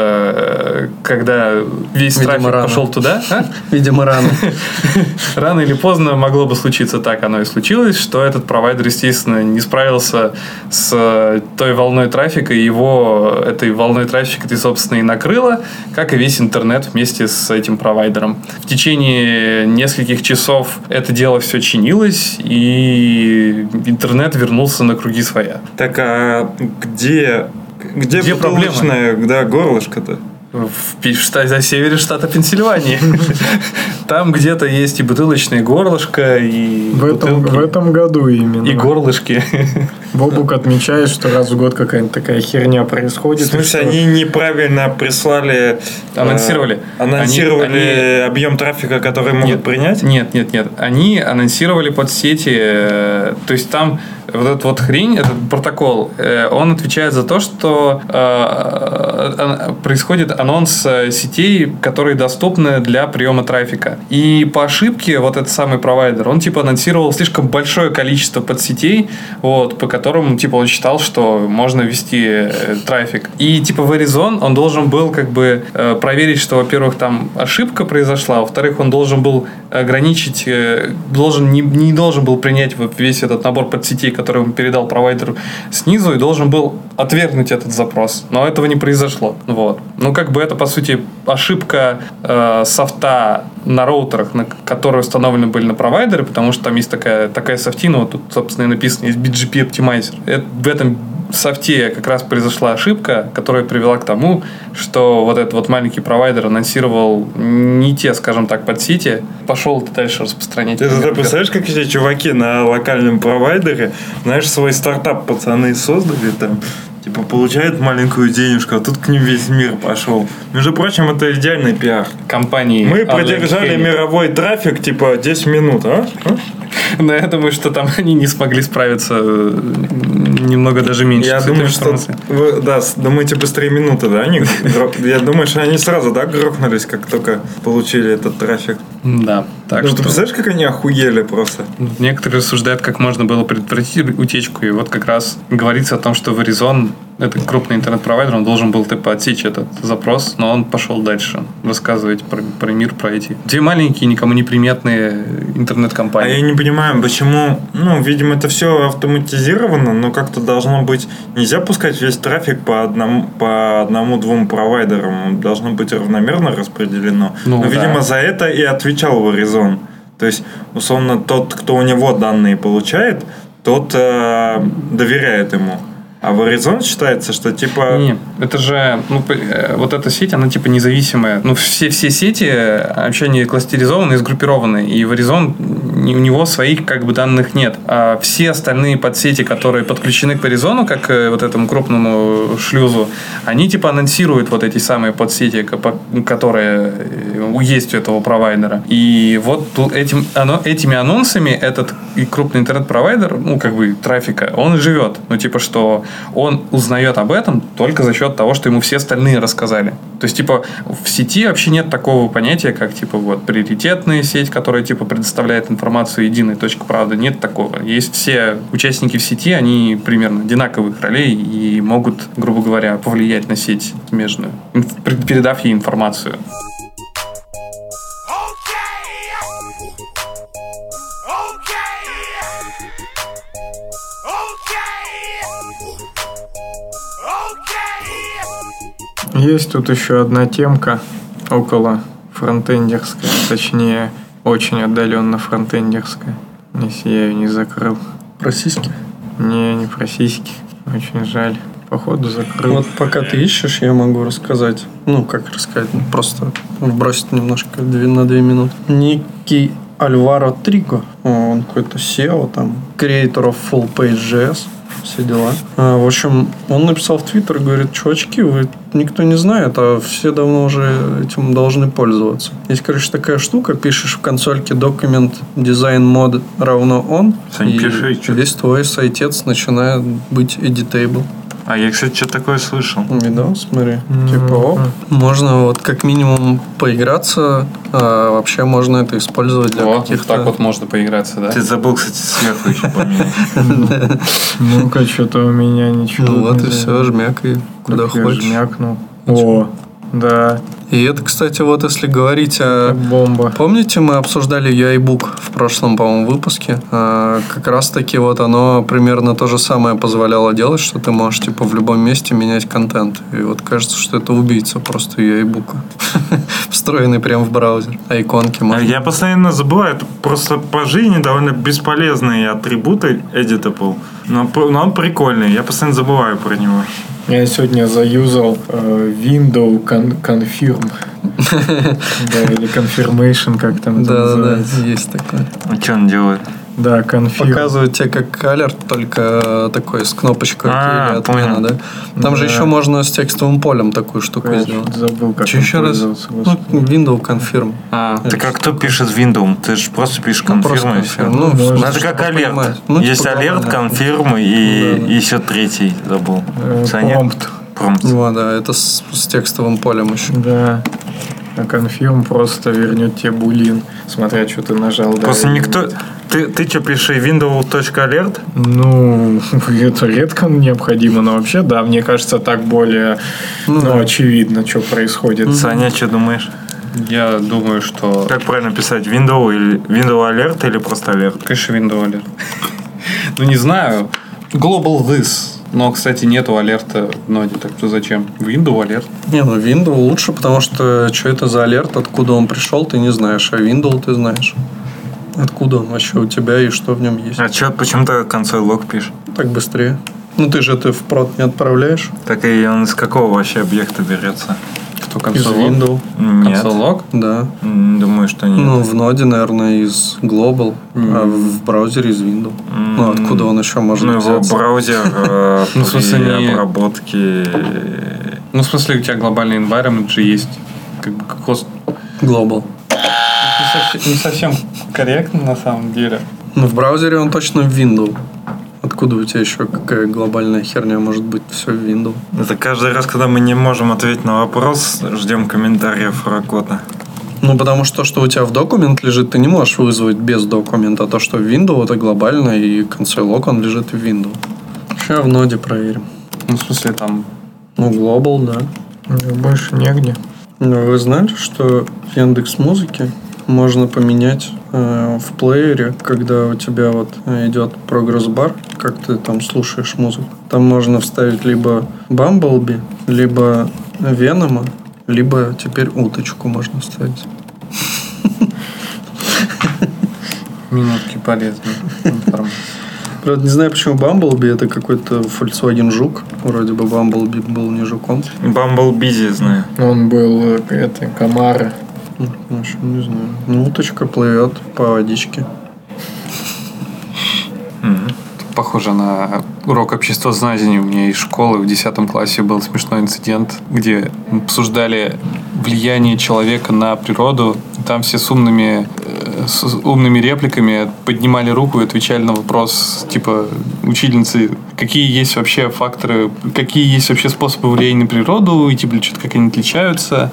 когда весь трафик пошел туда... Видимо, рано. Рано или поздно могло бы случиться так, оно и случилось, что этот провайдер, естественно, не справился с той волной трафика, и его этой волной трафика ты, собственно, и накрыло, как и весь интернет вместе с этим провайдером. В течение нескольких часов это дело все чинилось, и интернет вернулся на круги своя. Так, а где бутылочное горлышко-то? На севере штата Пенсильвания. Там где-то есть и бутылочное горлышко, и в этом году именно. И горлышки. Бобук отмечает, что раз в год какая-нибудь такая херня происходит. В смысле, они неправильно прислали... Анонсировали. Объем трафика, который могут принять? Нет. Они анонсировали подсети. То есть там вот эта вот хрень, этот протокол, он отвечает за то, что происходит анонс сетей, которые доступны для приема трафика. И по ошибке вот этот самый провайдер, он анонсировал слишком большое количество подсетей, по которым он считал, что можно вести трафик. И Verizon, он должен был проверить, что, во-первых, там ошибка произошла, во-вторых, он должен был ограничить, не должен был принять весь этот набор подсетей, который он передал провайдеру снизу, и должен был отвергнуть этот запрос. Но этого не произошло. Это, по сути, ошибка софта на роутерах, которые установлены были на провайдере, потому что там есть такая софтина, тут, собственно, и написано, есть BGP Optimizer. В этом в софте как раз произошла ошибка, которая привела к тому, что вот этот вот маленький провайдер анонсировал не те, скажем так, подсети, пошел это дальше распространять. Ты представляешь, как эти чуваки на локальном провайдере, знаешь, свой стартап пацаны создали там, типа получают маленькую денежку, а тут к ним весь мир пошел. Между прочим, это идеальный пиар. Компании. Мы продержали мировой трафик типа 10 минут, а? Но я думаю, что там они не смогли справиться немного даже меньше. Я думаю, что вы, да, думаете быстрее минуты, да? Я думаю, что они сразу, да, грохнулись, как только получили этот трафик. Да. Так ну, что... Ты представляешь, как они охуели просто? Некоторые рассуждают, как можно было предотвратить утечку. И вот как раз говорится о том, что Verizon, это крупный интернет-провайдер, он должен был типа отсечь этот запрос, но он пошел дальше рассказывать про мир, про эти две маленькие, никому не приметные интернет-компании. А я не понимаю, почему, ну, видимо, это все автоматизировано, но как-то должно быть, нельзя пускать весь трафик по одному-двум провайдерам, должно быть равномерно распределено. Ну, но, да. видимо, за это и отвечал Verizon. То есть, условно, тот, кто у него данные получает, тот доверяет ему. А Verizon считается, что типа... Не, это же, ну, вот эта сеть, она типа независимая. Ну, все сети, вообще они кластеризованы и сгруппированы. И Verizon, у него своих как бы данных нет. А все остальные подсети, которые подключены к Verizon, как вот этому крупному шлюзу, они типа анонсируют вот эти самые подсети, которые есть у этого провайдера. И вот этими анонсами этот крупный интернет-провайдер, ну, как бы трафика, он и живет. Ну, типа, что он узнает об этом только за счет того, что ему все остальные рассказали. То есть, типа, в сети вообще нет такого понятия, как, типа, вот, приоритетная сеть, которая, типа, предоставляет информацию единой, точка правды. Нет такого. Есть все участники в сети, они примерно одинаковых ролей и могут, грубо говоря, повлиять на сеть смежную, передав ей информацию. Есть тут еще одна темка около фронтендерская, точнее, очень отдаленно фронтендерская, если я ее не закрыл. Про сиськи? Не про сиськи, очень жаль. Походу закрыл. Вот пока ты ищешь, я могу рассказать. Ну, как рассказать? Просто вбросить немножко на 2 минуты. Некий Альваро Триго, он какой-то SEO, там, creator of full page.js, все дела. В общем, он написал в Твиттер, говорит: чувачки, вы никто не знает, а все давно уже этим должны пользоваться. Есть, короче, такая штука, пишешь в консольке document design mode равно on, Сань, и пиши, весь твой сайтец начинает быть editable. А я, кстати, что-то такое слышал. Видал, смотри. Типа, оп. Можно вот как минимум поиграться, а вообще можно это использовать для каких-то... Так вот можно поиграться, да? Ты забыл, кстати, сверху еще поменять. Ну-ка, что-то у меня ничего Ну вот не и все, жмякай куда Так я хочешь. жмякнул. О, да, И это, кстати, вот если говорить о... бомба. Помните, мы обсуждали UI-book в прошлом, по-моему, выпуске? Как раз-таки вот оно примерно то же самое позволяло делать, что ты можешь типа в любом месте менять контент. И вот кажется, что это убийца просто UI-book. Встроенный прямо в браузер. А иконки можно. Я постоянно забываю, это просто по жизни довольно бесполезные атрибуты editable. Но он прикольный, я постоянно забываю про него. Я сегодня заюзал window confirm. Да, или confirmation, как там это Да, называется. есть такое. А что он делает? Да, confirm. Показывает тебе как алерт, только такой с кнопочкой или отмена, понял. да? Там же еще можно с текстовым полем такую штуку Я сделать. забыл, как Что им еще раз? пользоваться, Ну, господи. window confirm. Так а кто пишет Windows? Ты же просто пишешь confirm и все. confirm. Ну, Ну, можно. Это как чтобы алерт. понимать. Ну, Есть типа алерт, глобально. confirm и еще третий забыл. Саня? Промпт. Промпт. Ну, да, это с текстовым полем еще. Да. А confirm просто вернет тебе булин, смотря что ты нажал. да, Просто или никто... нет. Ты что, пишешь windows.alert? Ну, это редко необходимо, но вообще, да, мне кажется, так более да. очевидно, что происходит. Саня, что думаешь? Я думаю, что... Как правильно писать? Windows или Windows Alert или просто Alert? Конечно, Windows Alert. Ну, не знаю. Global this. Но, кстати, нету алерта в ноде, так что зачем? Windows Alert. Не, ну Windows лучше, потому что что это за алерт, откуда он пришел, ты не знаешь, а Windows ты знаешь. Откуда он вообще у тебя и что в нем есть. А что, почему ты консоль лог пишешь? Так быстрее. Ну, ты же в прод не отправляешь. Так и он из какого вообще объекта берется? Кто Из консоль-лог? Windows. Нет. Консоль-лог? Да. Думаю, что нет. Ну, в ноде, наверное, из Global, а в браузере из Windows. Ну, откуда он еще может Ну, его взяться? браузер Ну, в смысле, при не- обработке... Ну, в смысле, у тебя глобальный environment же есть. Как бы как хост. Global. Не совсем корректно, на самом деле. Ну, в браузере он точно в Windows. Откуда у тебя еще какая глобальная херня может быть? Все в Windows. Это каждый раз, когда мы не можем ответить на вопрос, ждем комментариев Ракота. Ну, потому что то, что у тебя в документ лежит, ты не можешь вызвать без документа. А то, что в Windows, это глобально, и консоль-лог, он лежит в Windows. Сейчас в ноде проверим. Ну, в смысле, там... Ну, Global, да. Больше негде. Ну, вы знали, что в Яндекс.Музыке можно поменять в плеере, когда у тебя вот идет прогресс-бар, как ты там слушаешь музыку. Там можно вставить либо Бамблби, либо Венома, либо теперь уточку можно вставить. Минутки полезной информации. Правда, не знаю, почему Бамблби, это какой-то Volkswagen Жук. Вроде бы Бамблби был не жуком. Бамблбизи знаю. Он был комара. В общем, не знаю. Ну, уточка плывет по водичке. Похоже на урок обществознания. У меня из школы в 10 классе был смешной инцидент, где обсуждали влияние человека на природу. Там все с умными репликами поднимали руку и отвечали на вопрос, типа, учительницы, какие есть вообще факторы, какие есть вообще способы влияния на природу, и типа, что-то как они отличаются.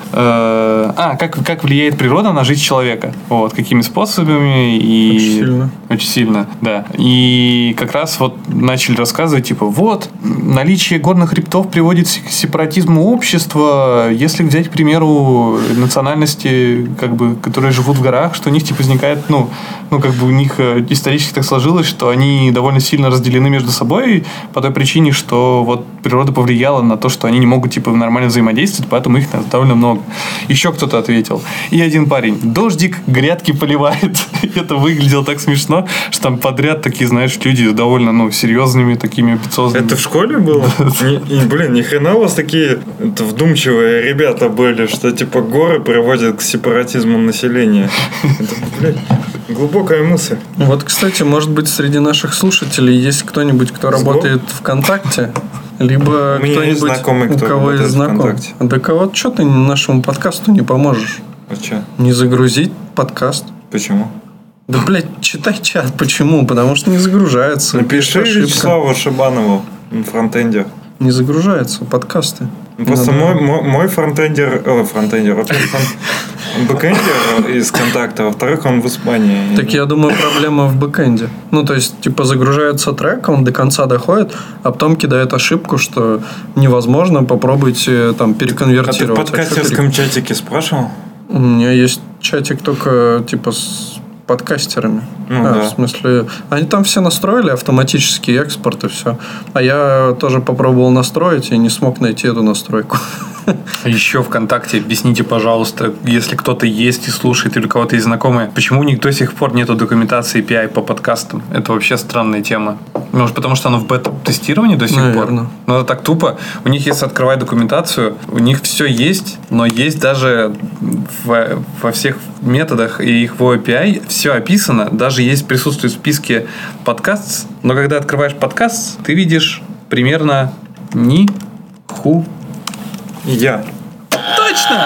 Как влияет природа на жизнь человека. Вот, какими способами. И... Очень сильно. Очень сильно, да. И как раз вот начали рассказывать, типа, вот, наличие горных хребтов приводит к сепаратизму общества. Если взять, к примеру, национальности, как бы, которые живут в горах, что у них, типа, возникает, как бы у них исторически так сложилось, что они довольно сильно разделены между собой по той причине, что вот природа повлияла на то, что они не могут, типа, нормально взаимодействовать, поэтому их довольно много. Еще кто-то ответил. И один парень: дождик грядки поливает. Это выглядело так смешно, что там подряд такие, знаешь, люди довольно, серьезными, такими амбициозными. Это в школе было? Блин, ни хрена у вас такие вдумчивые ребята были, что типа горы приводят к сепаратизму населения. Это, блядь, глубокая мысль. Вот, кстати, может быть, среди наших слушателей есть кто-нибудь, кто работает ВКонтакте, либо У меня есть кто-нибудь, знакомый, у кто кого есть работает знаком. ВКонтакте. Так а вот что ты нашему подкасту не поможешь? А что? Не загрузить подкаст? Почему? Да, блядь, читай чат. Почему? Потому что не загружается. Напиши Ошибка. Вячеславу Шибанову, фронтендер. Не загружаются подкасты. Просто Надо- мой фронтендер, во-первых, он бэкэндер из контакта, во-вторых, он в Испании. Так я думаю, проблема в бэкэнде. Ну, то есть, типа, загружается трек, он до конца доходит, а потом кидает ошибку, что невозможно, попробуйте там А ты в переконвертировать. подкастерском чатике спрашивал? У меня есть чатик только, типа, с подкастерами. Ну, да. В смысле, они там все настроили автоматический экспорт и все. А я тоже попробовал настроить и не смог найти эту настройку. Еще ВКонтакте объясните, пожалуйста, если кто-то есть и слушает, или у кого-то есть знакомые, почему у них до сих пор нету документации API по подкастам? Это вообще странная тема. Может, потому что оно в бета-тестировании до сих Наверно. пор? Но это так тупо. У них, если открывать документацию, у них все есть, но есть даже во всех методах и их в API все описано. Даже есть присутствует в списке подкаст, но когда открываешь подкаст, ты видишь примерно ни-ху. Я. Точно!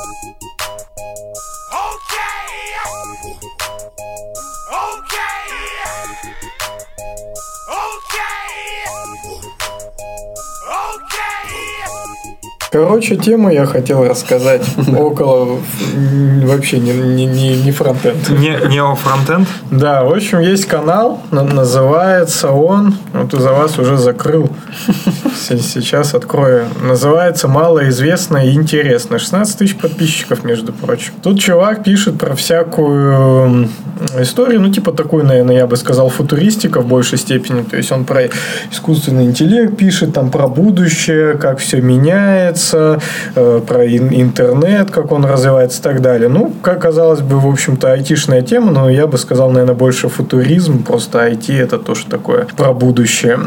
Короче, тему я хотел рассказать около вообще не фронтенд. Не фронтенд? Да, в общем, есть канал, называется он, вот за вас уже закрыл, сейчас открою, называется «Малоизвестно и интересно», 16 тысяч подписчиков, между прочим. Тут чувак пишет про всякую историю, ну, типа такую, наверное, я бы сказал, футуристика в большей степени, то есть он про искусственный интеллект пишет, там, про будущее, как все меняется, развивается, про интернет, как он развивается и так далее. Ну, как казалось бы, в общем-то, айтишная тема, но я бы сказал, наверное, больше футуризм, просто IT это тоже такое про будущее.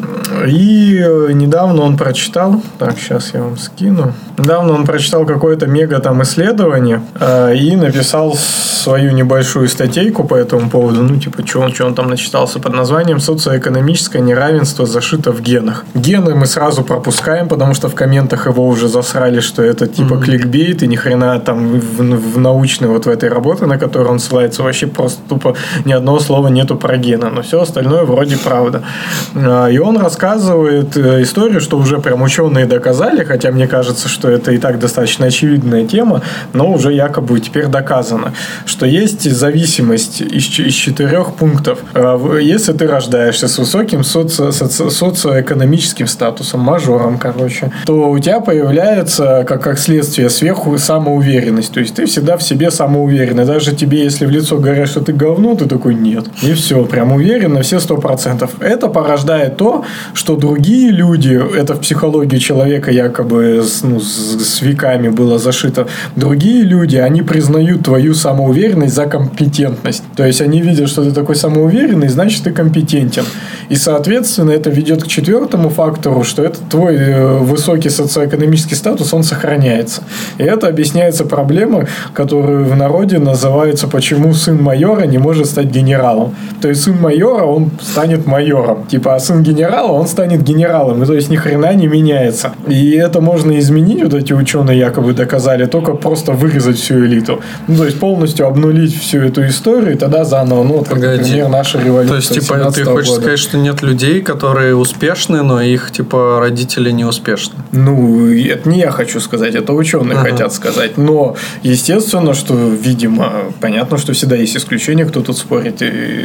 И недавно он прочитал, так, сейчас я вам скину, недавно он прочитал какое-то мега там исследование и написал свою небольшую статейку по этому поводу, ну, типа, что он там начитался под названием «Социоэкономическое неравенство зашито в генах». Гены мы сразу пропускаем, потому что в комментах его уже засрали, что это типа кликбейт, и ни хрена там в научной вот в этой работе, на которую он ссылается, вообще просто тупо ни одного слова нету про гены, но все остальное вроде правда. И он рассказывает историю, что уже прям ученые доказали, хотя мне кажется, что это и так достаточно очевидная тема, но уже якобы теперь доказано, что есть зависимость из 4 пунктов. Если ты рождаешься с высоким социоэкономическим статусом, мажором, короче, то у тебя появляется, как следствие сверху, самоуверенность. То есть ты всегда в себе самоуверенный. Даже тебе, если в лицо говорят, что ты говно, ты такой нет. И все, прям уверен на все 100%. Это порождает то, что другие люди, это в психологии человека якобы с веками было зашито, другие люди, они признают твою самоуверенность за компетентность. То есть они видят, что ты такой самоуверенный, значит ты компетентен. И, соответственно, это ведет к 4-му фактору, что это твой высокий социоэкономический статус, он сохраняется. И это объясняется проблемой, которую в народе называется «почему сын майора не может стать генералом». То есть сын майора, он станет майором. Типа, а сын генерала, он станет генералом. И то есть ни хрена не меняется. И это можно изменить, вот эти ученые якобы доказали, только просто вырезать всю элиту. Ну, то есть полностью обнулить всю эту историю, и тогда заново, ну, вот, например, наша революция. То есть, типа, ты хочешь сказать, что нет людей, которые успешны, но их, типа, родители не успешны? Ну, это не я хочу сказать, это ученые хотят сказать. Но, естественно, что, видимо, понятно, что всегда есть исключения, кто тут спорит.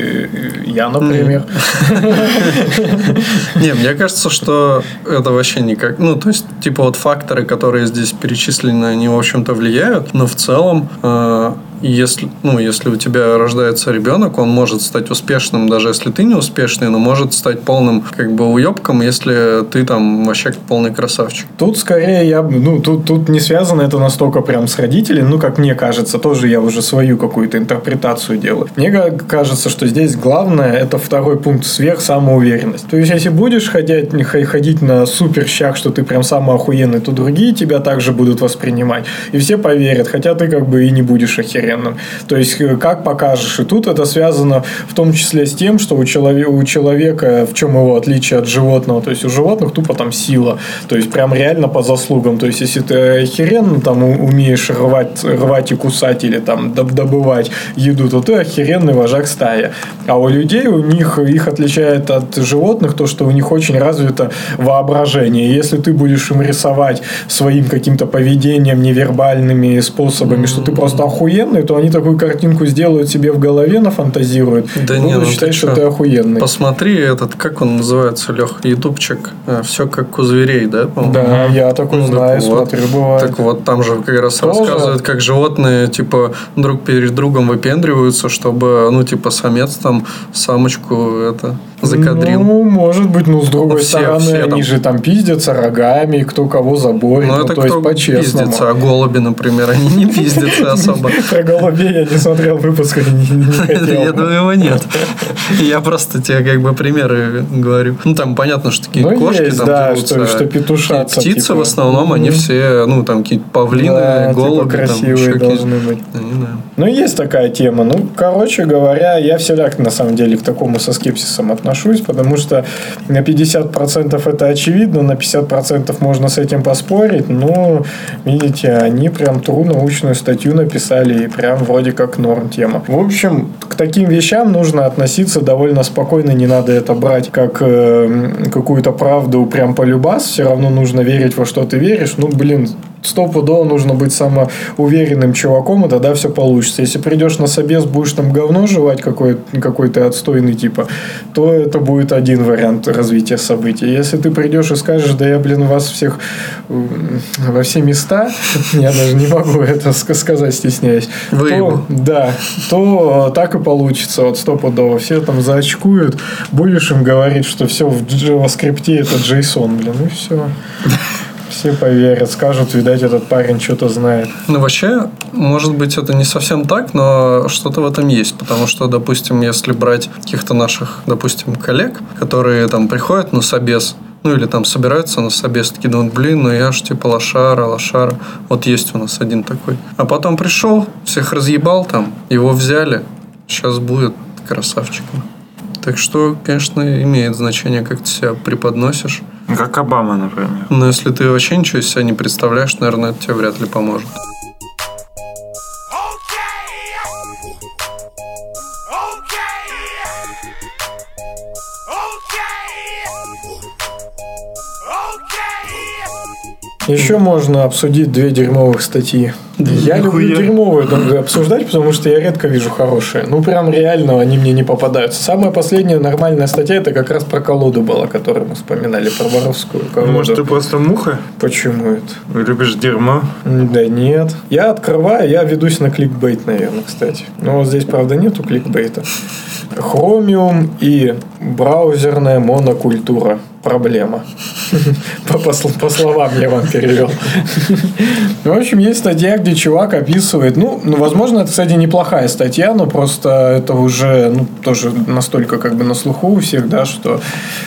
Я, например. Не, мне кажется, что это вообще никак... Ну, то есть, типа, вот факторы, которые здесь перечислены, они, в общем-то, влияют, но в целом... Если у тебя рождается ребенок, он может стать успешным, даже если ты не успешный, но может стать полным как бы уебком, если ты там вообще полный красавчик. Тут скорее тут не связано это настолько прям с родителями, ну, как мне кажется, тоже я уже свою какую-то интерпретацию делаю. Мне кажется, что здесь главное это 2-й пункт сверхсамоуверенность. То есть, если будешь ходить на супер щах, что ты прям самый охуенный, то другие тебя также будут воспринимать. И все поверят, хотя ты как бы и не будешь охеренным. То есть, как покажешь. И тут это связано в том числе с тем, что у человека, в чем его отличие от животного, то есть, у животных тупо там сила. То есть, прям реально по заслугам. То есть, если ты охеренно там умеешь рвать и кусать или там добывать еду, то ты охеренный вожак стаи. А у людей, их отличает от животных то, что у них очень развито воображение. И если ты будешь им рисовать своим каким-то поведением, невербальными способами, что ты просто охуенный, то они такую картинку сделают себе в голове, нафантазируют. Да будут считать, что ты охуенный. Посмотри как он называется, Лех, ютубчик. Все как у зверей, да, по-моему? Да, я такой знаю, смотрю, бывает. Так вот, там же как раз тоже рассказывают, как животные, типа, друг перед другом выпендриваются, чтобы, ну, типа, самец там самочку закадрил. Ну, может быть, с другой стороны, они же там пиздятся рогами, кто кого заборит. Ну, это то есть, по-честному. Пиздятся, а голуби, например, они не пиздятся особо. Про голубей я не смотрел выпуск, не хотел. Я думаю, его нет. Я просто тебе как бы примеры говорю. Ну, там понятно, что такие кошки там живут, что петушатся. Птицы в основном, они все, ну, там какие-то павлины, голуби. Красивые должны быть. Ну, есть такая тема. Ну, короче говоря, я всегда, на самом деле, к такому со скепсисом отношусь, потому что на 50% это очевидно, на 50% можно с этим поспорить, но, видите, они прям научную статью написали, и прям вроде как норм тема. В общем, к таким вещам нужно относиться довольно спокойно, не надо это брать как какую-то правду прям полюбас, все равно нужно верить во что ты веришь. Ну, блин, стопудово нужно быть самоуверенным чуваком, и тогда все получится. Если придешь на собес, будешь там говно жевать какой-то отстойный типа, то это будет один вариант развития событий. Если ты придешь и скажешь, да я, вас всех во все места, я даже не могу это сказать, стесняюсь, то так и получится. Вот стопудово. Все там заочкуют, будешь им говорить, что все в JavaScript это JSON, и все. Все поверят, скажут, видать, этот парень что-то знает. Ну, вообще, может быть, это не совсем так, но что-то в этом есть. Потому что, допустим, если брать каких-то наших, допустим, коллег, которые там приходят на собес, ну, или там собираются на собес, такие думают, блин, ну я ж типа лошара. Вот есть у нас один такой. А потом пришел, всех разъебал там, его взяли, сейчас будет красавчиком. Так что, конечно, имеет значение, как ты себя преподносишь. Как Обама, например. Но если ты вообще ничего из себя не представляешь, наверное, это тебе вряд ли поможет. Еще можно обсудить 2 дерьмовых статьи. Я люблю дерьмовые обсуждать, потому что я редко вижу хорошие. Ну, прям реально они мне не попадаются. Самая последняя нормальная статья, это как раз про колоду была, которую мы вспоминали, про воровскую колоду. Может, ты просто муха? Почему это? Любишь дерьмо? Да нет. Я открываю, я ведусь на кликбейт, наверное, кстати. Но вот здесь, правда, нету кликбейта. Chromium и браузерная монокультура. Проблема. По словам я вам перевел. В общем, есть статья, где чувак описывает... Ну, возможно, это, кстати, неплохая статья, но просто это уже тоже настолько как бы на слуху у всех, да, что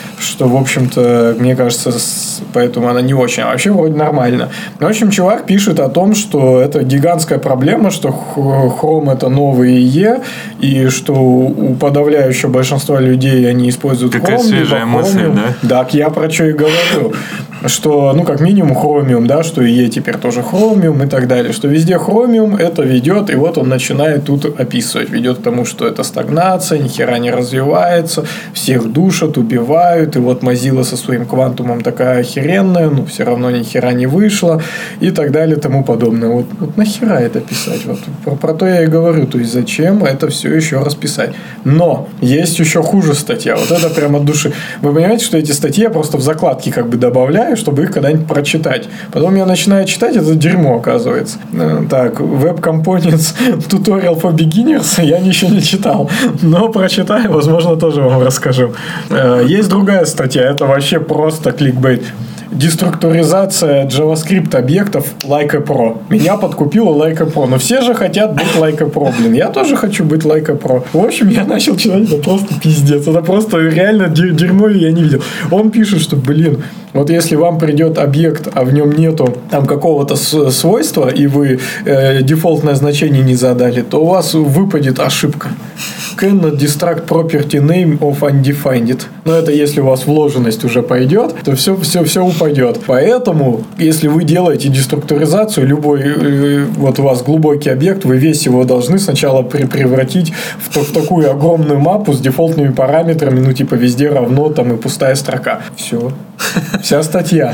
в общем-то, мне кажется, поэтому она не очень. А вообще вроде нормально. В общем, чувак пишет о том, что это гигантская проблема, что Chrome это новый IE, и что у подавляющего большинства людей они используют Chrome. Такая свежая мысль, да? Так, я про что и говорю. Что, как минимум Chromium, да, что IE теперь тоже Chromium и так далее. Что везде Chromium это ведет, и вот он начинает тут описывать. Ведет к тому, что это стагнация, ни хера не развивается, всех душат, убивают, и вот Mozilla со своим квантумом такая охеренная, но все равно ни хера не вышло, и так далее, и тому подобное. Вот нахера это писать? Вот про то я и говорю, то есть зачем это все еще раз писать. Но есть еще хуже статья, вот это прямо от души. Вы понимаете, что эти статьи я просто в закладки как бы добавляю, чтобы их когда-нибудь прочитать. Потом я начинаю читать, это дерьмо оказывается. Так, Web Components Tutorial for Beginners я еще не читал, но прочитаю, возможно, тоже вам расскажу. Есть другая статья, это вообще просто кликбейт. Деструктуризация JavaScript объектов Like a Pro. Меня подкупила Like a Pro. Но все же хотят быть Like a Pro. Блин, я тоже хочу быть Like a Pro. В общем, я начал читать, это просто пиздец. Это просто реально дерьмо я не видел. Он пишет, что, блин, вот если вам придет объект, а в нем нету там какого-то свойства, и вы дефолтное значение не задали, то у вас выпадет ошибка. Cannot destruct property name of undefined. Но это если у вас вложенность уже пойдет, то все упадет. Поэтому, если вы делаете деструктуризацию, любой вот у вас глубокий объект, вы весь его должны сначала превратить в такую огромную мапу с дефолтными параметрами, типа везде равно, там и пустая строка. Все. Вся статья.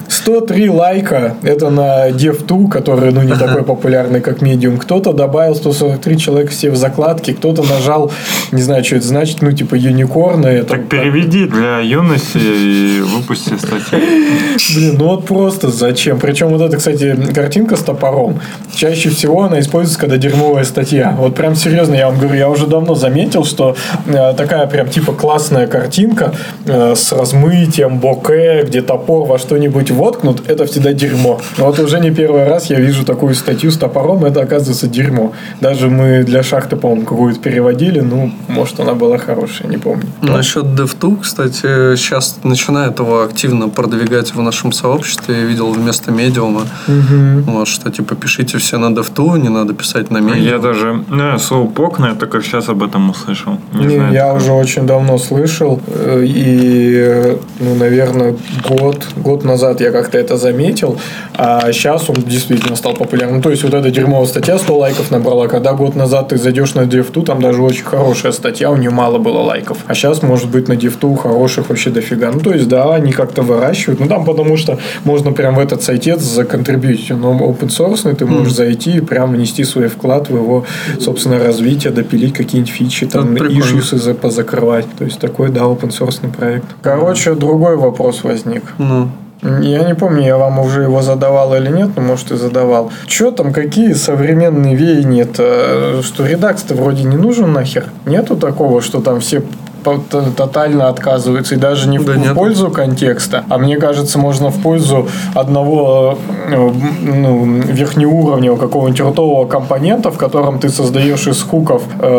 103 лайка. Это на Dev2, который, не такой популярный, как Medium. Кто-то добавил 143 человека все в закладки, кто-то нажал, не знаю, что это значит, типа юникорны. Так переведи для юности и выпусти статью. Блин, вот просто зачем? Причем вот эта, кстати, картинка с топором. Чаще всего она используется, когда дерьмовая статья. Вот прям серьезно, я вам говорю, я уже давно заметил, что такая прям типа классная картинка с размытием, боке, где топор во что-нибудь воткнут, это всегда дерьмо. Вот уже не первый раз я вижу такую статью с топором, это оказывается дерьмо. Даже мы для шахты, по-моему, какую-то переводили, может, она была хорошая, не помню. Насчет Dev2, кстати, сейчас начинает его активно продвигать в нашем сообществе. Я видел вместо медиума, вот, что типа пишите все на Dev2, не надо писать на медиум. Я даже Slowpoke, но я только сейчас об этом услышал. Не знаю, я уже очень давно слышал, и, наверное, год назад я как-то это заметил, а сейчас он действительно стал популярным. То есть, вот эта дерьмовая статья 100 лайков набрала. Когда год назад ты зайдешь на Dev2, там даже очень хорошая статья, у нее мало было лайков. А сейчас, может быть, на Dev2 хороших вообще дофига. То есть, да, они как-то выращивают. Там потому что можно прям в этот сайтец законтрибьютить. Но open source, ты можешь зайти и прям внести свой вклад в его, собственно, развитие, допилить какие-нибудь фичи, там, ишьюсы позакрывать. То есть, такой, да, open source проект. Короче, другой вопрос возник. Я не помню, я вам уже его задавал или нет, но, может, и задавал. Что там, какие современные веяния-то? Что редакс-то вроде не нужен нахер? Нету такого, что там все тотально отказываются. И даже не в пользу контекста, а мне кажется, можно в пользу одного верхнеуровневого какого-нибудь рутового компонента, в котором ты создаешь из хуков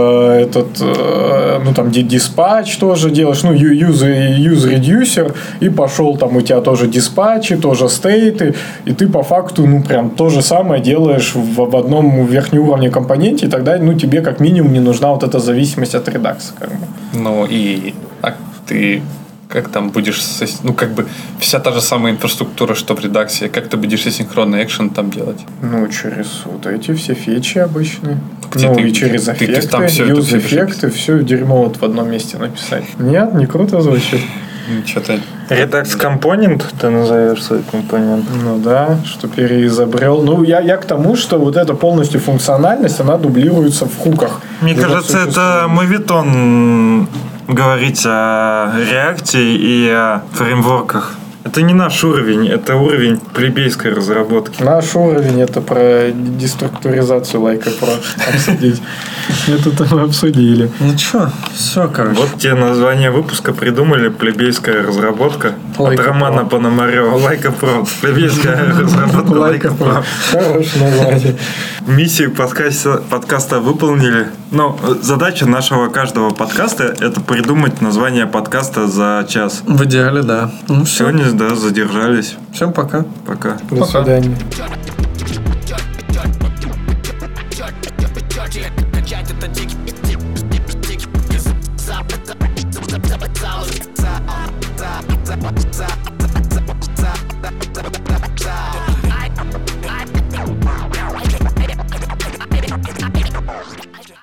диспатч тоже делаешь, use reducer, и пошел там у тебя тоже диспатчи, тоже стейты, и ты по факту, прям то же самое делаешь в одном верхнеуровне компоненте, и тогда, тебе как минимум не нужна вот эта зависимость от редакса, как бы. Ты как там будешь... вся та же самая инфраструктура, что в редаксе. Как ты будешь асинхронный экшен там делать? Через вот эти все фичи обычные. И через эффекты, юз-эффекты, все дерьмо вот в одном месте написать. Нет, не круто звучит. Что-то... Redux Component ты назовешь свой компонент? Что переизобрел. Я к тому, что вот эта полностью функциональность, она дублируется в хуках. Мне кажется, это моветон говорить о реакте и о фреймворках. Это не наш уровень, это уровень плебейской разработки. Наш уровень это про деструктуризацию лайка про обсудить. Это мы обсудили. Все, короче. Вот те названия выпуска придумали: плебейская разработка. От Романа Пономарева. Лайка про. Плебейская разработка Лайка про. Хорошее название. Миссию подкаста выполнили. Задача нашего каждого подкаста — это придумать название подкаста за час. В идеале, да. Сегодня, задержались. Всем пока. Пока. До свидания.